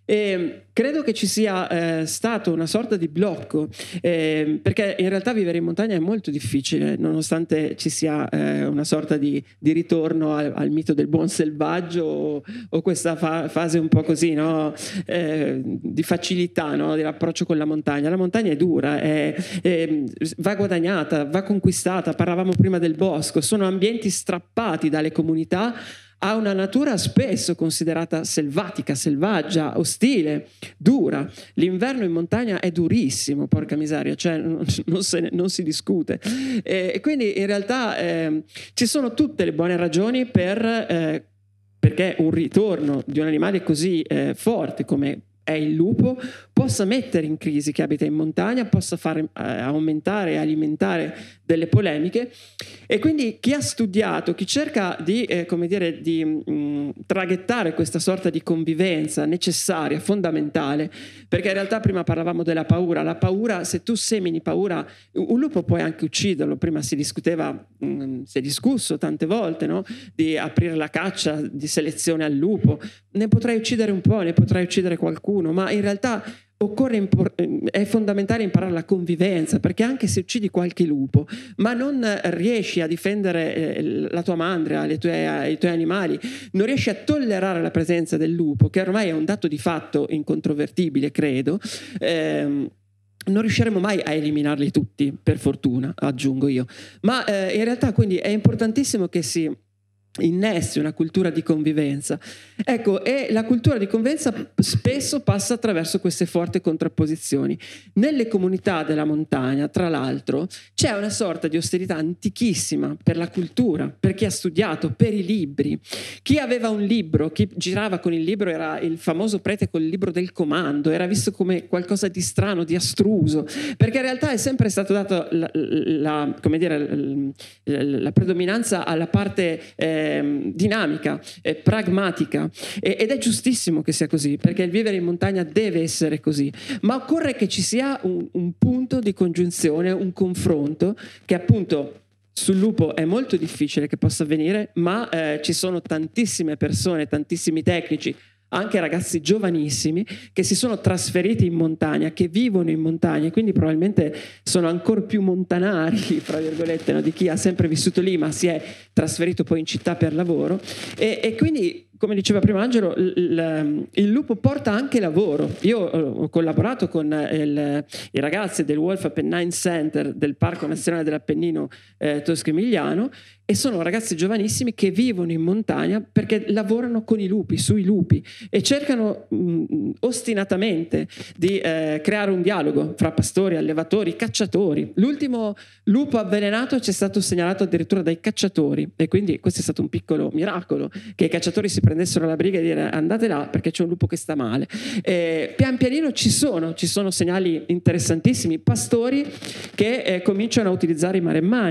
E credo che ci sia eh, stato una sorta di blocco eh, perché in realtà vivere in montagna è molto difficile, nonostante ci sia eh, una sorta di, di ritorno al, al mito del buon selvaggio o, o questa fa- fase un po' così, no? eh, di facilità, no? Dell'approccio con la montagna. La montagna è dura, è, è, va guadagnata, va conquistata. Parlavamo prima del bosco, sono ambienti strappati dalle comunità ha una natura spesso considerata selvatica, selvaggia, ostile, dura. L'inverno in montagna è durissimo, porca miseria, cioè non, non, se ne, non si discute. E, e quindi in realtà eh, ci sono tutte le buone ragioni per, eh, perché un ritorno di un animale così eh, forte come è il lupo possa mettere in crisi chi abita in montagna, possa fare eh, aumentare e alimentare delle polemiche. E quindi chi ha studiato, chi cerca di, eh, come dire, di mh, traghettare questa sorta di convivenza necessaria, fondamentale, perché in realtà prima parlavamo della paura, la paura, se tu semini paura, un lupo puoi anche ucciderlo. Prima si discuteva, mh, si è discusso tante volte, no? Di aprire la caccia di selezione al lupo, ne potrai uccidere un po', ne potrai uccidere qualcuno, ma in realtà occorre impor- è fondamentale imparare la convivenza, perché anche se uccidi qualche lupo ma non riesci a difendere eh, la tua mandria, le tue, i tuoi animali, non riesci a tollerare la presenza del lupo, che ormai è un dato di fatto incontrovertibile, credo, ehm, non riusciremo mai a eliminarli tutti, per fortuna, aggiungo io. Ma eh, in realtà quindi è importantissimo che si innesti una cultura di convivenza. Ecco, e la cultura di convivenza spesso passa attraverso queste forti contrapposizioni. Nelle comunità della montagna, tra l'altro, c'è una sorta di ostilità antichissima per la cultura, per chi ha studiato, per i libri. Chi aveva un libro, chi girava con il libro era il famoso prete col libro del comando, era visto come qualcosa di strano, di astruso, perché in realtà è sempre stato dato la, la, come dire, la, la predominanza alla parte eh, dinamica, eh, pragmatica, e, ed è giustissimo che sia così, perché il vivere in montagna deve essere così, ma occorre che ci sia un, un punto di congiunzione, un confronto che appunto sul lupo è molto difficile che possa avvenire, ma eh, ci sono tantissime persone, tantissimi tecnici, anche ragazzi giovanissimi che si sono trasferiti in montagna, che vivono in montagna e quindi probabilmente sono ancora più montanari, fra virgolette, no? Di chi ha sempre vissuto lì ma si è trasferito poi in città per lavoro, e, e quindi, come diceva prima Angelo, il, il, il lupo porta anche lavoro. Io ho collaborato con il, i ragazzi del Wolf Apennine Center del Parco Nazionale dell'Appennino eh, Tosco-Emiliano, e sono ragazzi giovanissimi che vivono in montagna perché lavorano con i lupi, sui lupi, e cercano mh, ostinatamente di eh, creare un dialogo fra pastori, allevatori, cacciatori. L'ultimo lupo avvelenato ci è stato segnalato addirittura dai cacciatori, e quindi questo è stato un piccolo miracolo, che i cacciatori si prendessero la briga di dire andate là perché c'è un lupo che sta male. E pian pianino ci sono, ci sono segnali interessantissimi, pastori che eh, cominciano a utilizzare i maremmani.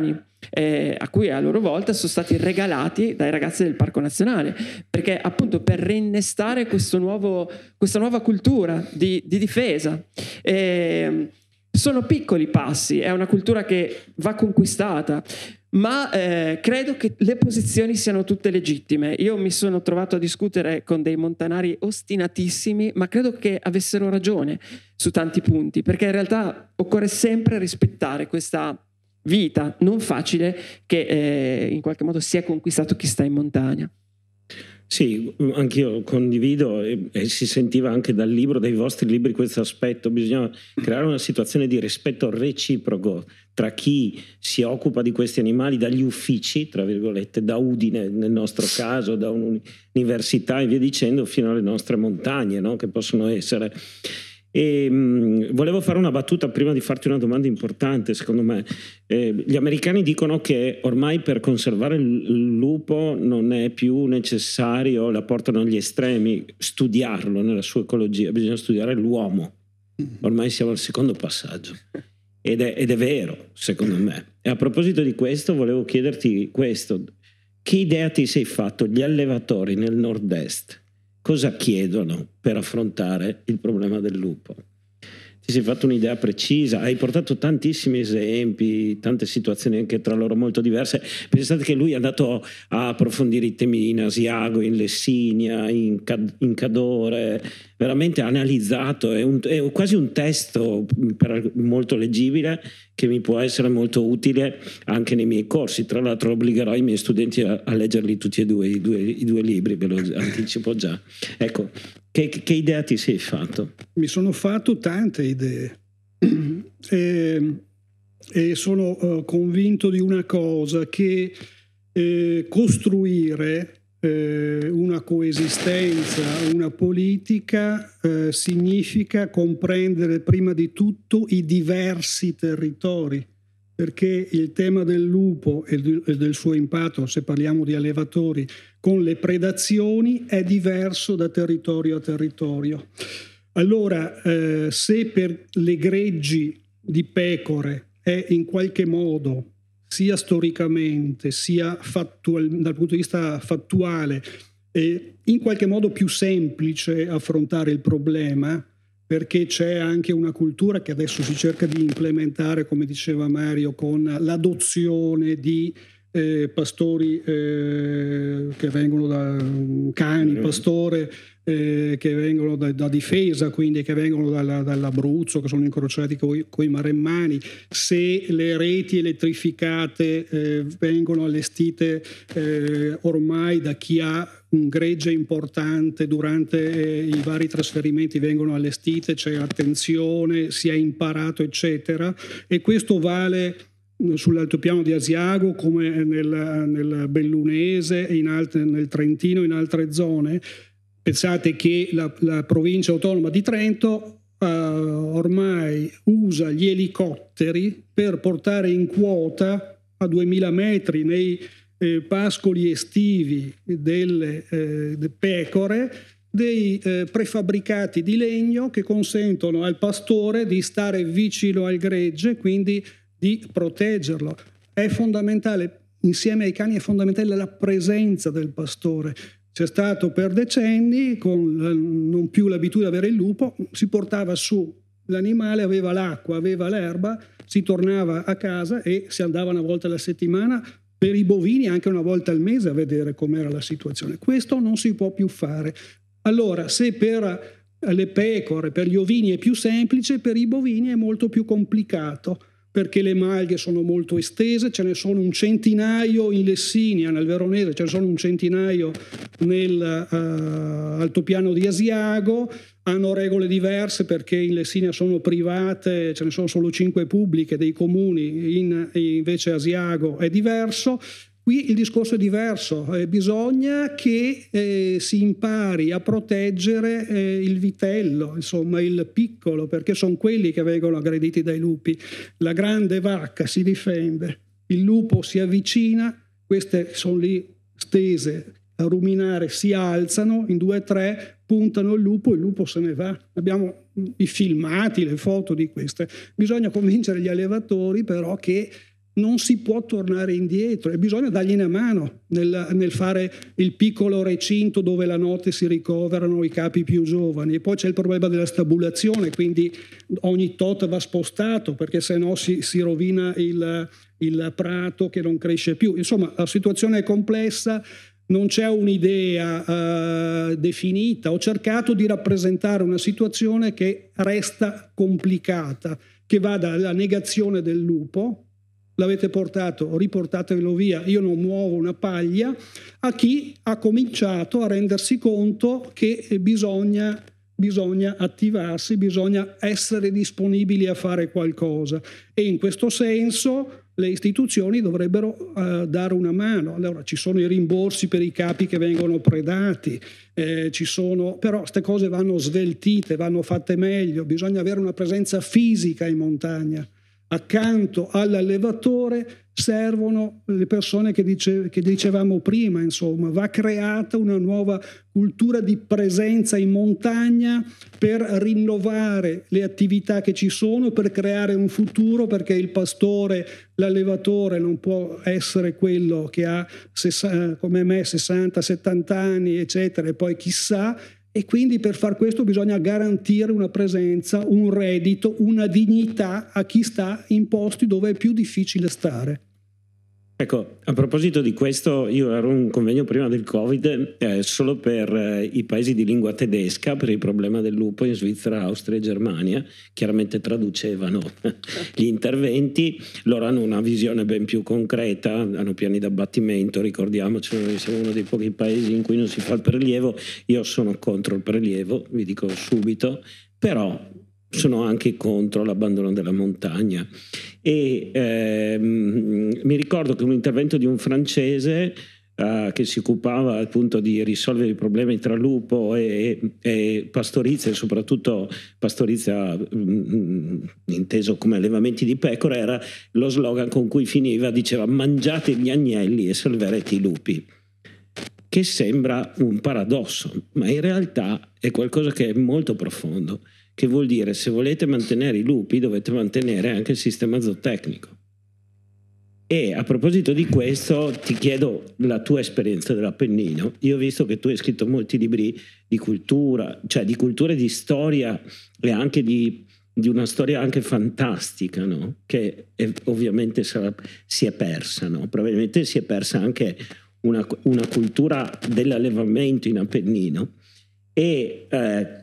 eh, a cui a loro volta sono stati regalati dai ragazzi del Parco Nazionale, perché appunto per rinnestare questo nuovo, questa nuova cultura di, di difesa. Eh, sono piccoli passi, è una cultura che va conquistata, ma eh, credo che le posizioni siano tutte legittime. Io mi sono trovato a discutere con dei montanari ostinatissimi, ma credo che avessero ragione su tanti punti, perché in realtà occorre sempre rispettare questa vita non facile che eh, in qualche modo si è conquistato chi sta in montagna. Sì, anch'io condivido e, e si sentiva anche dal libro, dai vostri libri, questo aspetto. Bisogna creare una situazione di rispetto reciproco tra chi si occupa di questi animali dagli uffici, tra virgolette, da Udine nel nostro caso, da un'università e via dicendo, fino alle nostre montagne, no? Che possono essere. E, mh, volevo fare una battuta prima di farti una domanda importante, secondo me. Eh, gli americani dicono che ormai per conservare il lupo non è più necessario, la portano agli estremi, studiarlo nella sua ecologia, bisogna studiare l'uomo. Ormai siamo al secondo passaggio. Ed è, ed è vero, secondo me. E a proposito di questo, volevo chiederti questo. Che idea ti sei fatto? Gli allevatori nel nord-est cosa chiedono per affrontare il problema del lupo? Ti sei fatto un'idea precisa, hai portato tantissimi esempi, tante situazioni anche tra loro molto diverse. Pensate che lui è andato a approfondire i temi in Asiago, in Lessinia, in, Cad- in Cadore, veramente analizzato, è, un, è quasi un testo per, molto leggibile che mi può essere molto utile anche nei miei corsi. Tra l'altro obbligherò i miei studenti a, a leggerli tutti e due i, due, i due libri, ve lo anticipo già. Ecco, che, che idea ti sei fatto? Mi sono fatto tante idee e, e sono uh, convinto di una cosa, che eh, costruire eh, una coesistenza, una politica eh, significa comprendere prima di tutto i diversi territori, perché il tema del lupo e del suo impatto, se parliamo di allevatori, con le predazioni è diverso da territorio a territorio. Allora, eh, se per le greggi di pecore è in qualche modo, sia storicamente, sia fattual, dal punto di vista fattuale, eh, in qualche modo più semplice affrontare il problema, perché c'è anche una cultura che adesso si cerca di implementare, come diceva Mario, con l'adozione di eh, pastori eh, che vengono da cani, pastore eh, che vengono da, da difesa, quindi che vengono dalla, dall'Abruzzo, che sono incrociati con i maremmani. Se le reti elettrificate eh, vengono allestite eh, ormai da chi ha un gregge importante, durante eh, i vari trasferimenti vengono allestite, c'è attenzione, si è imparato, eccetera, e questo vale sull'altopiano di Asiago come nel, nel Bellunese, in altre, nel Trentino, in altre zone. Pensate che la, la provincia autonoma di Trento uh, ormai usa gli elicotteri per portare in quota a duemila metri nei eh, pascoli estivi delle eh, de pecore dei eh, prefabbricati di legno che consentono al pastore di stare vicino al gregge, quindi di proteggerlo. È fondamentale, insieme ai cani è fondamentale la presenza del pastore. C'è stato per decenni, con la, non più l'abitudine di avere il lupo, si portava su l'animale, aveva l'acqua, aveva l'erba, si tornava a casa e si andava una volta alla settimana, per i bovini anche una volta al mese, a vedere com'era la situazione. Questo non si può più fare. Allora, se per le pecore, per gli ovini è più semplice, per i bovini è molto più complicato, perché le malghe sono molto estese, ce ne sono un centinaio in Lessinia, nel Veronese, ce ne sono un centinaio nel uh, altopiano di Asiago, hanno regole diverse perché in Lessinia sono private, ce ne sono solo cinque pubbliche dei comuni, in, invece Asiago è diverso. Qui il discorso è diverso, eh, bisogna che eh, si impari a proteggere eh, il vitello, insomma il piccolo, perché sono quelli che vengono aggrediti dai lupi. La grande vacca si difende, il lupo si avvicina, queste sono lì stese a ruminare, si alzano, in due o tre puntano il lupo, il lupo se ne va. Abbiamo i filmati, le foto di queste. Bisogna convincere gli allevatori però che non si può tornare indietro e bisogna dargli una mano nel, nel fare il piccolo recinto dove la notte si ricoverano i capi più giovani. E poi c'è il problema della stabulazione, quindi ogni tot va spostato perché sennò si, si rovina il, il prato che non cresce più. Insomma, la situazione è complessa, non c'è un'idea uh, definita. Ho cercato di rappresentare una situazione che resta complicata, che va dalla negazione del lupo, l'avete portato, riportatelo via, io non muovo una paglia, a chi ha cominciato a rendersi conto che bisogna, bisogna attivarsi, bisogna essere disponibili a fare qualcosa, e in questo senso le istituzioni dovrebbero uh, dare una mano. Allora ci sono i rimborsi per i capi che vengono predati, eh, ci sono, però queste cose vanno sveltite, vanno fatte meglio, bisogna avere una presenza fisica in montagna. Accanto all'allevatore servono le persone che, dice, che dicevamo prima, insomma, va creata una nuova cultura di presenza in montagna per rinnovare le attività che ci sono, per creare un futuro, perché il pastore, l'allevatore non può essere quello che ha come me sessanta settanta anni eccetera e poi chissà. E quindi per far questo bisogna garantire una presenza, un reddito, una dignità a chi sta in posti dove è più difficile stare. Ecco, a proposito di questo, io ero in un convegno prima del Covid eh, solo per eh, i paesi di lingua tedesca, per il problema del lupo in Svizzera, Austria e Germania. Chiaramente traducevano gli interventi, loro hanno una visione ben più concreta, hanno piani d'abbattimento, ricordiamoci, noi siamo uno dei pochi paesi in cui non si fa il prelievo. Io sono contro il prelievo, vi dico subito, però sono anche contro l'abbandono della montagna. E ehm, mi ricordo che un intervento di un francese eh, che si occupava appunto di risolvere i problemi tra lupo e, e pastorizia, e soprattutto pastorizia mh, inteso come allevamenti di pecore, era lo slogan con cui finiva, diceva: mangiate gli agnelli e salverete i lupi. Che sembra un paradosso, ma in realtà è qualcosa che è molto profondo, che vuol dire, se volete mantenere i lupi dovete mantenere anche il sistema zootecnico. E a proposito di questo ti chiedo la tua esperienza dell'Appennino. Io ho visto che tu hai scritto molti libri di cultura, cioè di cultura e di storia, e anche di, di una storia anche fantastica, no? Che è, ovviamente sarà, si è persa, no? Probabilmente si è persa anche una, una cultura dell'allevamento in Appennino. E eh,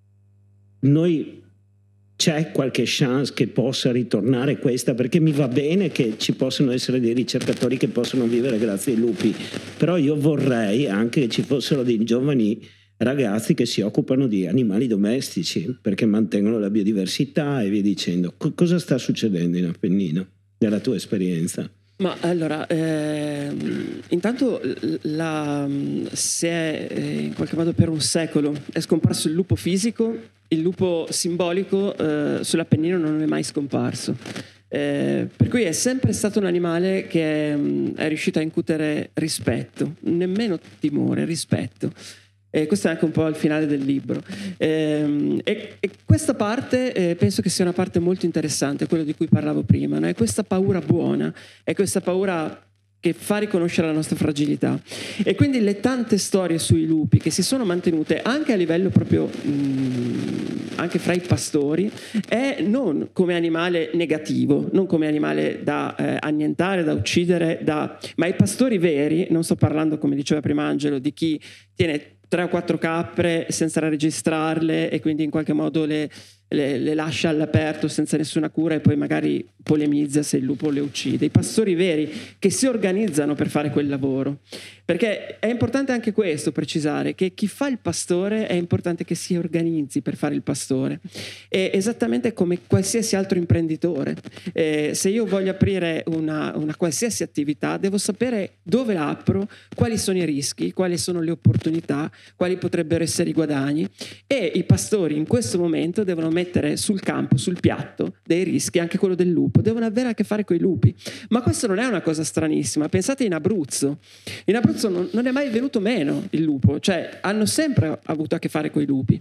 noi c'è qualche chance che possa ritornare questa, perché mi va bene che ci possano essere dei ricercatori che possono vivere grazie ai lupi, però io vorrei anche che ci fossero dei giovani ragazzi che si occupano di animali domestici, perché mantengono la biodiversità e via dicendo. C- cosa sta succedendo in Appennino, nella tua esperienza? Ma allora, eh, intanto la, se è, in qualche modo per un secolo è scomparso il lupo fisico, il lupo simbolico eh, sull'Appennino non è mai scomparso. Eh, per cui è sempre stato un animale che è, è riuscito a incutere rispetto, nemmeno timore, rispetto. E questo è anche un po' il finale del libro. E, e, e questa parte eh, penso che sia una parte molto interessante, quello di cui parlavo prima, no? È questa paura buona, è questa paura che fa riconoscere la nostra fragilità. E quindi le tante storie sui lupi che si sono mantenute anche a livello proprio mh, anche fra i pastori, è non come animale negativo, non come animale da eh, annientare, da uccidere, da... ma i pastori veri, non sto parlando, come diceva prima Angelo, di chi tiene tre o quattro capre senza registrarle e quindi in qualche modo le, le, le lascia all'aperto senza nessuna cura e poi magari polemizza se il lupo le uccide. I pastori veri che si organizzano per fare quel lavoro, perché è importante anche questo, precisare che chi fa il pastore è importante che si organizzi per fare il pastore, è esattamente come qualsiasi altro imprenditore. Eh, se io voglio aprire una, una qualsiasi attività devo sapere dove la apro, quali sono i rischi, quali sono le opportunità, quali potrebbero essere i guadagni, e i pastori in questo momento devono mettere sul campo, sul piatto, dei rischi, anche quello del lupo, devono avere a che fare con i lupi. Ma questo non è una cosa stranissima. Pensate in Abruzzo. In Abruzzo non, non è mai venuto meno il lupo, cioè hanno sempre avuto a che fare con i lupi.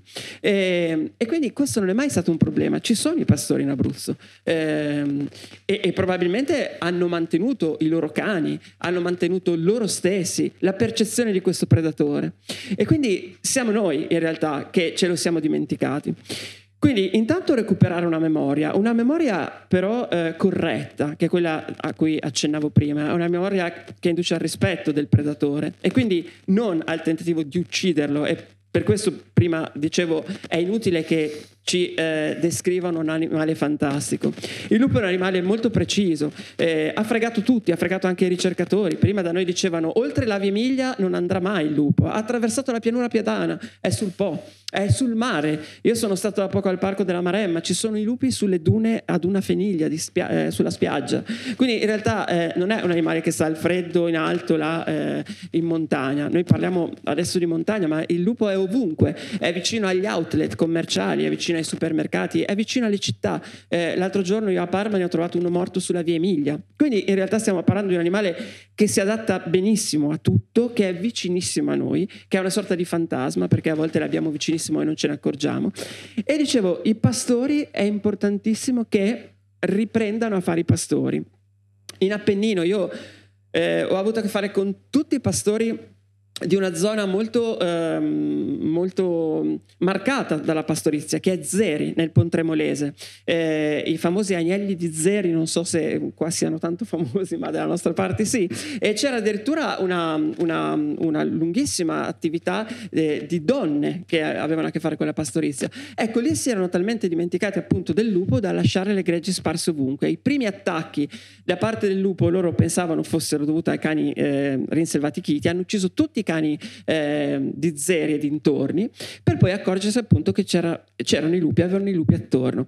E, e quindi questo non è mai stato un problema. Ci sono i pastori in Abruzzo e, e, e probabilmente hanno mantenuto i loro cani, hanno mantenuto loro stessi la percezione di questo predatore. E quindi siamo noi in realtà che ce lo siamo dimenticati. Quindi intanto recuperare una memoria, una memoria però eh, corretta, che è quella a cui accennavo prima, è una memoria che induce al rispetto del predatore e quindi non al tentativo di ucciderlo. E per questo prima dicevo è inutile che ci eh, descrivano un animale fantastico. Il lupo è un animale molto preciso, eh, ha fregato tutti, ha fregato anche i ricercatori. Prima da noi dicevano oltre la Via Emilia non andrà mai il lupo, ha attraversato la pianura padana, è sul Po, è sul mare. Io sono stato da poco al Parco della Maremma, ci sono i lupi sulle dune ad una feniglia di spia- eh, sulla spiaggia. Quindi in realtà eh, non è un animale che sta al freddo in alto là eh, in montagna. Noi parliamo adesso di montagna, ma il lupo è ovunque, è vicino agli outlet commerciali, è vicino ai supermercati, è vicino alle città. Eh, l'altro giorno io a Parma ne ho trovato uno morto sulla Via Emilia. Quindi in realtà stiamo parlando di un animale che si adatta benissimo a tutto, che è vicinissimo a noi, che è una sorta di fantasma, perché a volte l'abbiamo vicinissimo e non ce ne accorgiamo. E dicevo, i pastori è importantissimo che riprendano a fare i pastori. In Appennino io eh, ho avuto a che fare con tutti i pastori di una zona molto, ehm, molto marcata dalla pastorizia, che è Zeri, nel Pontremolese. Eh, i famosi agnelli di Zeri, non so se qua siano tanto famosi, ma dalla nostra parte sì. E c'era addirittura una, una, una lunghissima attività eh, di donne che avevano a che fare con la pastorizia. Ecco, lì si erano talmente dimenticati appunto del lupo da lasciare le greggi sparse ovunque. I primi attacchi da parte del lupo loro pensavano fossero dovuti ai cani eh, rinselvatichiti, hanno ucciso tutti i cani eh, di Zeri e dintorni, per poi accorgersi appunto che c'era, c'erano i lupi, avevano i lupi attorno.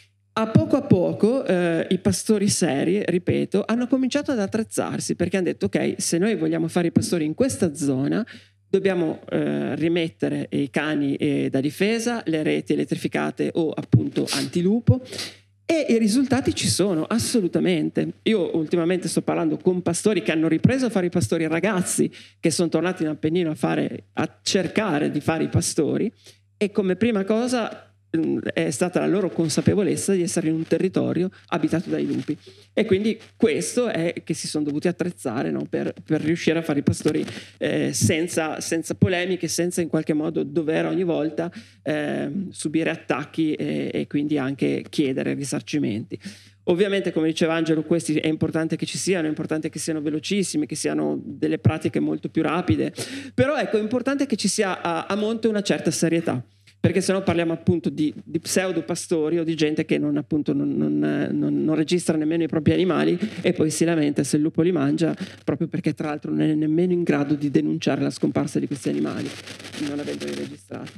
A poco a poco eh, i pastori seri, ripeto, hanno cominciato ad attrezzarsi, perché hanno detto ok, se noi vogliamo fare i pastori in questa zona dobbiamo eh, rimettere i cani eh, da difesa, le reti elettrificate o appunto antilupo. E i risultati ci sono, assolutamente. Io ultimamente sto parlando con pastori che hanno ripreso a fare i pastori, ragazzi che sono tornati in Appennino a, fare, a cercare di fare i pastori, e come prima cosa è stata la loro consapevolezza di essere in un territorio abitato dai lupi. E quindi questo è che si sono dovuti attrezzare, no? per, per riuscire a fare i pastori eh, senza, senza polemiche, senza in qualche modo dover ogni volta eh, subire attacchi e, e quindi anche chiedere risarcimenti. Ovviamente, come diceva Angelo, questi è importante che ci siano, è importante che siano velocissimi, che siano delle pratiche molto più rapide, però ecco, è importante che ci sia a, a monte una certa serietà, perché sennò parliamo appunto di, di pseudo pastori o di gente che non, appunto, non, non, non, non registra nemmeno i propri animali e poi si lamenta se il lupo li mangia, proprio perché tra l'altro non è nemmeno in grado di denunciare la scomparsa di questi animali, non avendoli registrati.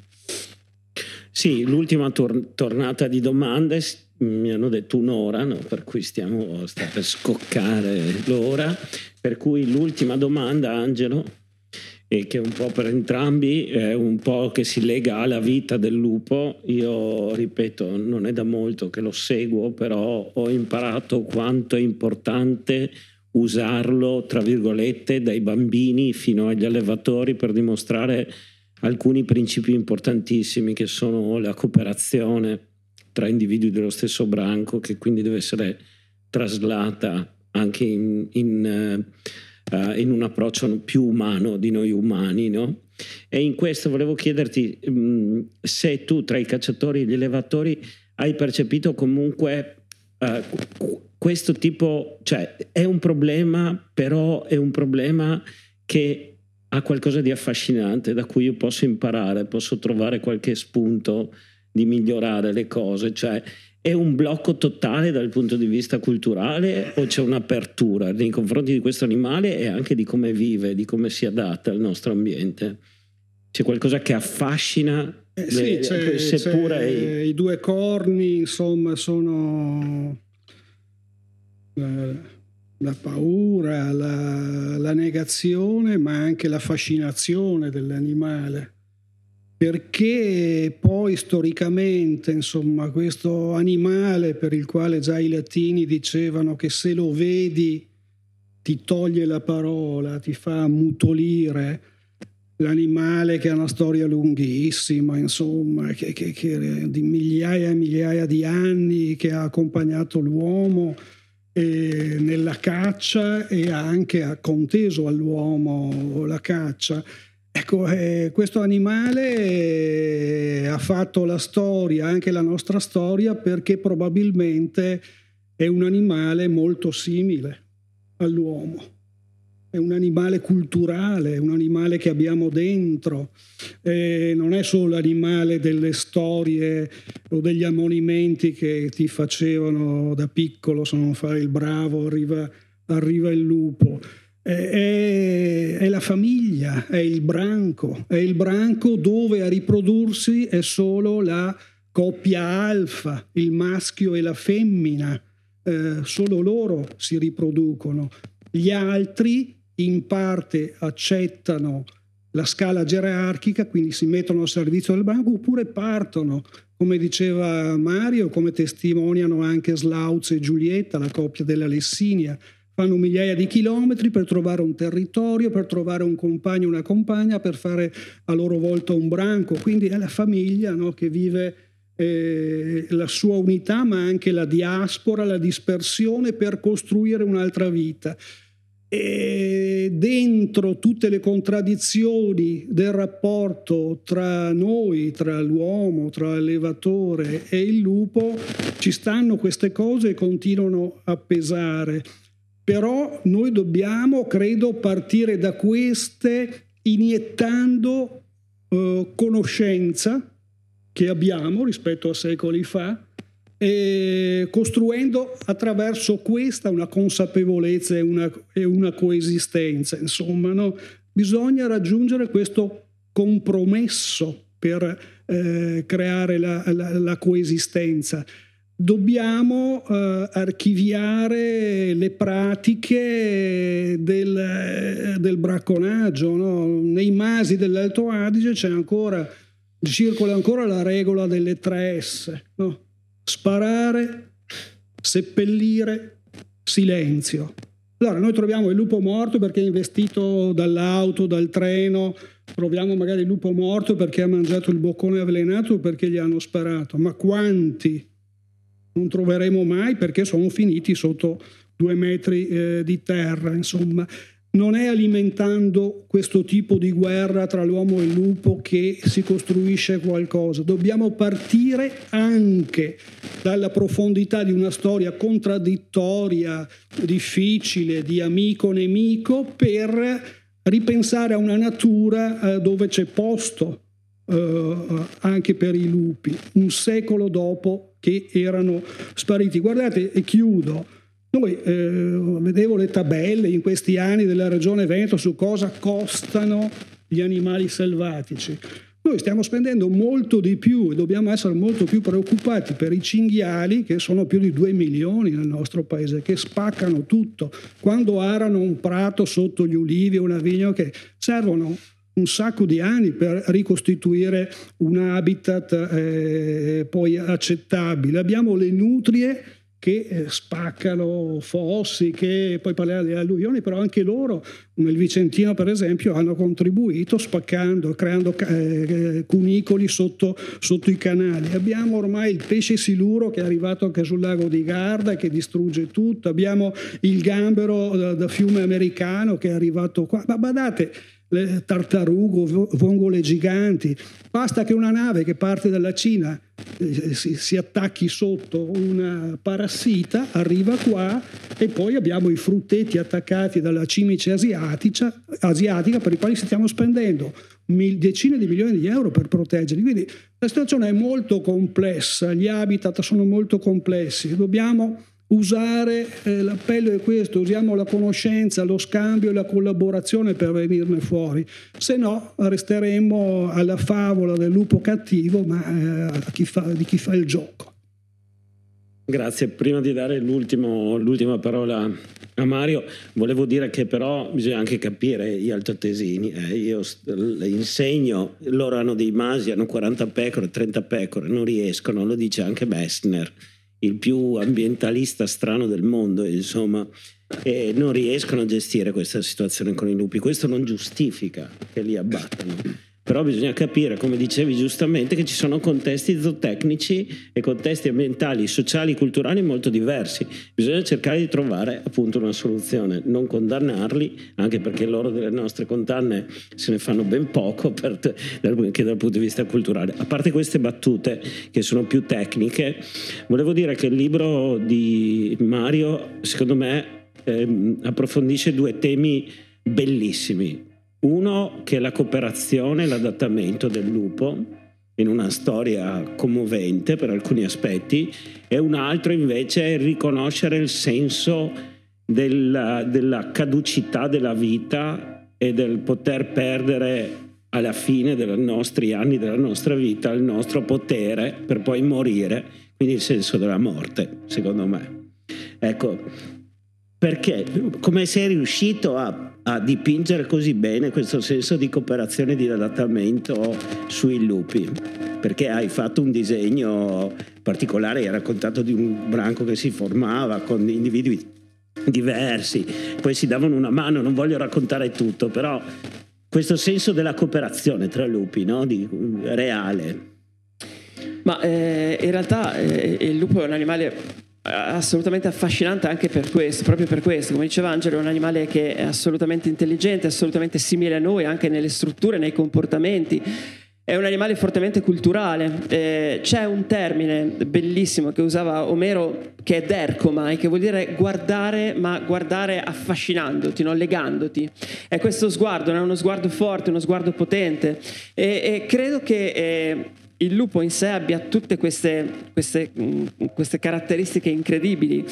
Sì, l'ultima tor- tornata di domande mi hanno detto un'ora, no? Per cui stiamo sta per scoccare l'ora, per cui l'ultima domanda, Angelo, e che un po' per entrambi è un po' che si lega alla vita del lupo. Io ripeto, non è da molto che lo seguo, però ho imparato quanto è importante usarlo, tra virgolette, dai bambini fino agli allevatori per dimostrare alcuni principi importantissimi, che sono la cooperazione tra individui dello stesso branco, che quindi deve essere traslata anche in, in uh, Uh, in un approccio più umano di noi umani, no? E in questo volevo chiederti um, se tu tra i cacciatori e gli allevatori hai percepito comunque uh, questo tipo, cioè è un problema, però è un problema che ha qualcosa di affascinante da cui io posso imparare, posso trovare qualche spunto di migliorare le cose, cioè è un blocco totale dal punto di vista culturale o c'è un'apertura nei confronti di questo animale e anche di come vive, di come si adatta al nostro ambiente? C'è qualcosa che affascina? Eh sì, le, c'è, seppure c'è, i due corni, insomma, sono la, la paura, la, la negazione, ma anche la fascinazione dell'animale. perché poi storicamente, insomma, questo animale per il quale già i latini dicevano che se lo vedi ti toglie la parola, ti fa ammutolire, l'animale che ha una storia lunghissima, insomma, che, che, che di migliaia e migliaia di anni, che ha accompagnato l'uomo eh, nella caccia e ha anche ha conteso all'uomo la caccia. Ecco, eh, questo animale eh, ha fatto la storia, anche la nostra storia, perché probabilmente è un animale molto simile all'uomo. È un animale culturale, è un animale che abbiamo dentro, eh, non è solo l'animale delle storie o degli ammonimenti che ti facevano da piccolo, se non fai il bravo arriva, arriva il lupo. È, è la famiglia, è il branco, è il branco dove a riprodursi è solo la coppia alfa, il maschio e la femmina, eh, solo loro si riproducono. Gli altri in parte accettano la scala gerarchica, quindi si mettono al servizio del branco oppure partono, come diceva Mario, come testimoniano anche Slauz e Giulietta, la coppia della Lessinia. Fanno migliaia di chilometri per trovare un territorio, per trovare un compagno, una compagna, per fare a loro volta un branco. Quindi è la famiglia, no, che vive eh, la sua unità, ma anche la diaspora, la dispersione per costruire un'altra vita. E dentro tutte le contraddizioni del rapporto tra noi, tra l'uomo, tra l'allevatore e il lupo, ci stanno queste cose e continuano a pesare. Però noi dobbiamo, credo, partire da queste iniettando eh, conoscenza che abbiamo rispetto a secoli fa e costruendo attraverso questa una consapevolezza e una, e una coesistenza. Insomma, no? Bisogna raggiungere questo compromesso per eh, creare la, la, la coesistenza. Dobbiamo eh, archiviare le pratiche del, del bracconaggio, no? Nei masi dell'Alto Adige c'è ancora, circola ancora la regola delle tre S, no? Sparare, seppellire, silenzio. Allora noi troviamo il lupo morto perché è investito dall'auto, dal treno, troviamo magari il lupo morto perché ha mangiato il boccone avvelenato o perché gli hanno sparato, ma quanti non troveremo mai perché sono finiti sotto due metri eh, di terra. Insomma, non è alimentando questo tipo di guerra tra l'uomo e il lupo che si costruisce qualcosa. Dobbiamo partire anche dalla profondità di una storia contraddittoria, difficile, di amico-nemico, per ripensare a una natura eh, dove c'è posto eh, anche per i lupi, un secolo dopo che erano spariti. Guardate, e chiudo, noi eh, vedevo le tabelle in questi anni della Regione Veneto su cosa costano gli animali selvatici. Noi stiamo spendendo molto di più e dobbiamo essere molto più preoccupati per i cinghiali, che sono più di due milioni nel nostro paese, che spaccano tutto. Quando arano un prato sotto gli ulivi o una vigna, che servono un sacco di anni per ricostituire un habitat eh, poi accettabile. Abbiamo le nutrie che eh, spaccano fossi, che poi parliamo delle alluvioni, però anche loro, nel Vicentino per esempio, hanno contribuito spaccando, creando eh, cunicoli sotto, sotto i canali. Abbiamo ormai il pesce siluro che è arrivato anche sul lago di Garda, che distrugge tutto. Abbiamo il gambero da, da fiume americano che è arrivato qua. Ma badate, le tartarugo, vongole giganti. Basta che una nave che parte dalla Cina eh, si, si attacchi sotto una parassita, arriva qua, e poi abbiamo i frutteti attaccati dalla cimice asiatica, asiatica per i quali stiamo spendendo mil, decine di milioni di euro per proteggerli. Quindi la situazione è molto complessa, gli habitat sono molto complessi, dobbiamo usare, eh, l'appello è questo, usiamo la conoscenza, lo scambio e la collaborazione per venirne fuori, se no resteremo alla favola del lupo cattivo, ma eh, a chi fa, di chi fa il gioco. Grazie. Prima di dare l'ultimo, l'ultima parola a Mario, volevo dire che però bisogna anche capire gli altoatesini. Eh. Io insegno, loro hanno dei masi, hanno quaranta pecore, trenta pecore, non riescono, lo dice anche Messner, il più ambientalista strano del mondo, insomma, e non riescono a gestire questa situazione con i lupi. Questo non giustifica che li abbattano. Però bisogna capire, come dicevi giustamente, che ci sono contesti zootecnici e contesti ambientali, sociali, culturali molto diversi. Bisogna cercare di trovare appunto una soluzione, non condannarli, anche perché loro delle nostre condanne se ne fanno ben poco per te, anche dal punto di vista culturale. A parte queste battute che sono più tecniche, volevo dire che il libro di Mario, secondo me, ehm, approfondisce due temi bellissimi. Uno che è la cooperazione e l'adattamento del lupo in una storia commovente per alcuni aspetti, e un altro invece è riconoscere il senso della, della caducità della vita e del poter perdere alla fine dei nostri anni della nostra vita il nostro potere per poi morire, quindi il senso della morte, secondo me. Ecco, perché come sei riuscito a a dipingere così bene questo senso di cooperazione e di adattamento sui lupi? Perché hai fatto un disegno particolare, hai raccontato di un branco che si formava con individui diversi, poi si davano una mano, non voglio raccontare tutto, però questo senso della cooperazione tra lupi, no? Di, reale. Ma eh, in realtà eh, il lupo è un animale assolutamente affascinante anche per questo, proprio per questo. Come diceva Angelo, è un animale che è assolutamente intelligente, assolutamente simile a noi anche nelle strutture, nei comportamenti. È un animale fortemente culturale. Eh, c'è un termine bellissimo che usava Omero che è derkomai, che vuol dire guardare, ma guardare affascinandoti, no? Legandoti. È questo sguardo, è uno sguardo forte, uno sguardo potente, e, e credo che eh, il lupo in sé abbia tutte queste, queste, queste caratteristiche incredibili.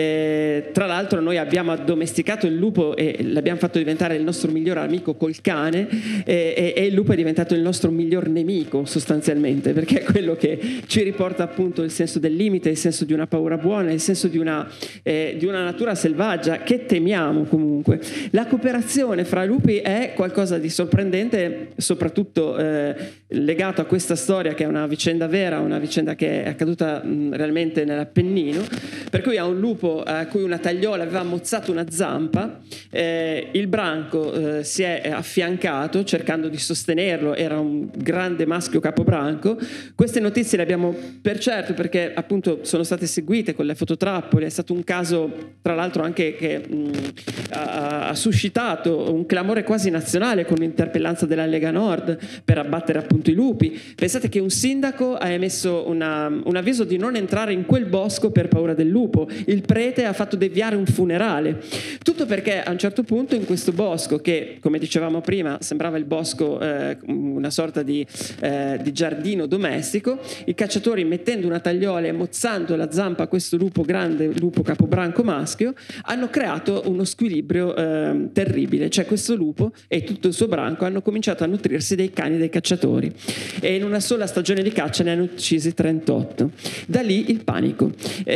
Eh, tra l'altro noi abbiamo addomesticato il lupo e l'abbiamo fatto diventare il nostro miglior amico col cane, e, e, e il lupo è diventato il nostro miglior nemico sostanzialmente, perché è quello che ci riporta appunto il senso del limite, il senso di una paura buona, il senso di una, eh, di una natura selvaggia che temiamo comunque. La cooperazione fra lupi è qualcosa di sorprendente, soprattutto eh, legato a questa storia che è una vicenda vera, una vicenda che è accaduta mh, realmente nell'Appennino, per cui ha un lupo a cui una tagliola aveva mozzato una zampa, eh, il branco eh, si è affiancato cercando di sostenerlo, era un grande maschio capobranco. Queste notizie le abbiamo per certo perché appunto sono state seguite con le fototrappole, è stato un caso tra l'altro anche che mh, ha, ha suscitato un clamore quasi nazionale con l'interpellanza della Lega Nord per abbattere appunto i lupi. Pensate che un sindaco ha emesso una, un avviso di non entrare in quel bosco per paura del lupo. Il prete ha fatto deviare un funerale. Tutto perché a un certo punto in questo bosco, che come dicevamo prima sembrava il bosco eh, una sorta di, eh, di giardino domestico, i cacciatori mettendo una tagliola e mozzando la zampa a questo lupo grande, lupo capobranco maschio, hanno creato uno squilibrio eh, terribile. Cioè questo lupo e tutto il suo branco hanno cominciato a nutrirsi dei cani dei cacciatori, e in una sola stagione di caccia ne hanno uccisi trentotto. Da lì il panico.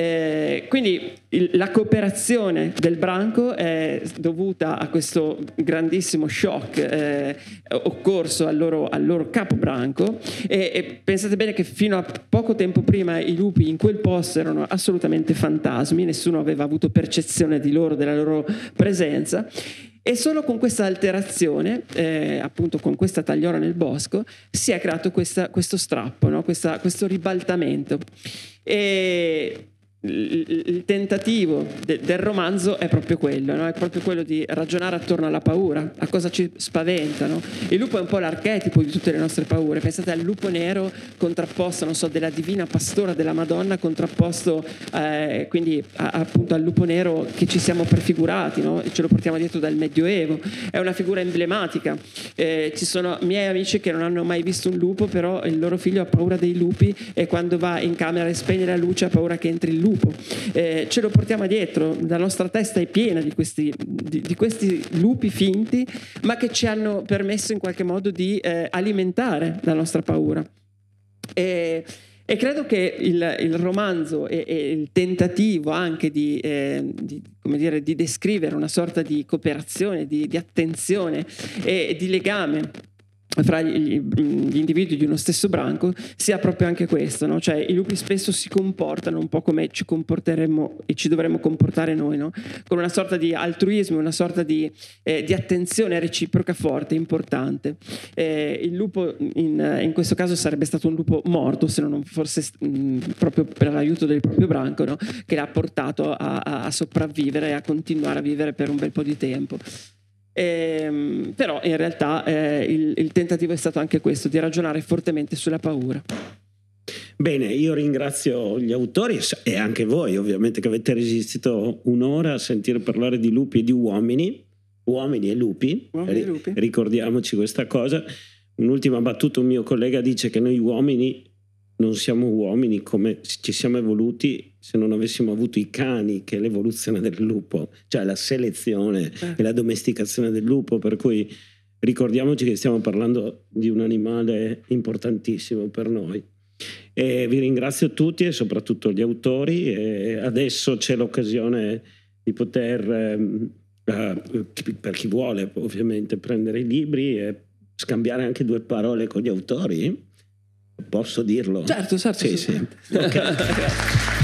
Eh, quindi il, la cooperazione del branco è dovuta a questo grandissimo shock eh, occorso al loro, al loro capobranco, e, e pensate bene che fino a poco tempo prima i lupi in quel posto erano assolutamente fantasmi, nessuno aveva avuto percezione di loro, della loro presenza. E solo con questa alterazione, eh, appunto con questa tagliola nel bosco, si è creato questa, questo strappo, no? questa, questo ribaltamento. E il tentativo de, del romanzo è proprio quello, no? È proprio quello di ragionare attorno alla paura, a cosa ci spaventa, no? Il lupo è un po' l'archetipo di tutte le nostre paure. Pensate al lupo nero contrapposto, non so, della divina pastora della Madonna, contrapposto eh, quindi a, appunto al lupo nero che ci siamo prefigurati, no? Ce lo portiamo dietro dal Medioevo. È una figura emblematica. Eh, ci sono miei amici che non hanno mai visto un lupo, però il loro figlio ha paura dei lupi, e quando va in camera e spegne la luce ha paura che entri il lupo. Eh, ce lo portiamo dietro, la nostra testa è piena di questi, di, di questi lupi finti, ma che ci hanno permesso in qualche modo di eh, alimentare la nostra paura. E, E credo che il, il romanzo e, e il tentativo anche di, eh, di, come dire, di descrivere una sorta di cooperazione, di, di attenzione e di legame fra gli, gli individui di uno stesso branco sia proprio anche questo, no? Cioè i lupi spesso si comportano un po' come ci comporteremmo e ci dovremmo comportare noi, no? Con una sorta di altruismo, una sorta di, eh, di attenzione reciproca forte, importante. Eh, il lupo in, in questo caso sarebbe stato un lupo morto, se non fosse mh, proprio per l'aiuto del proprio branco, no? Che l'ha portato a, a, a sopravvivere e a continuare a vivere per un bel po' di tempo. Eh, però in realtà eh, il, il tentativo è stato anche questo, di ragionare fortemente sulla paura. Bene, io ringrazio gli autori e anche voi ovviamente che avete resistito un'ora a sentire parlare di lupi e di uomini, uomini e lupi, uomini e lupi. Ricordiamoci questa cosa. Un'ultima battuta, un mio collega dice che noi uomini non siamo uomini come ci siamo evoluti se non avessimo avuto i cani, che è l'evoluzione del lupo, cioè la selezione eh. e la domesticazione del lupo, per cui ricordiamoci che stiamo parlando di un animale importantissimo per noi. E vi ringrazio tutti e soprattutto gli autori, e adesso c'è l'occasione di poter, eh, per chi vuole ovviamente, prendere i libri e scambiare anche due parole con gli autori. Posso dirlo? Certo, certo. Sì, sì. Okay.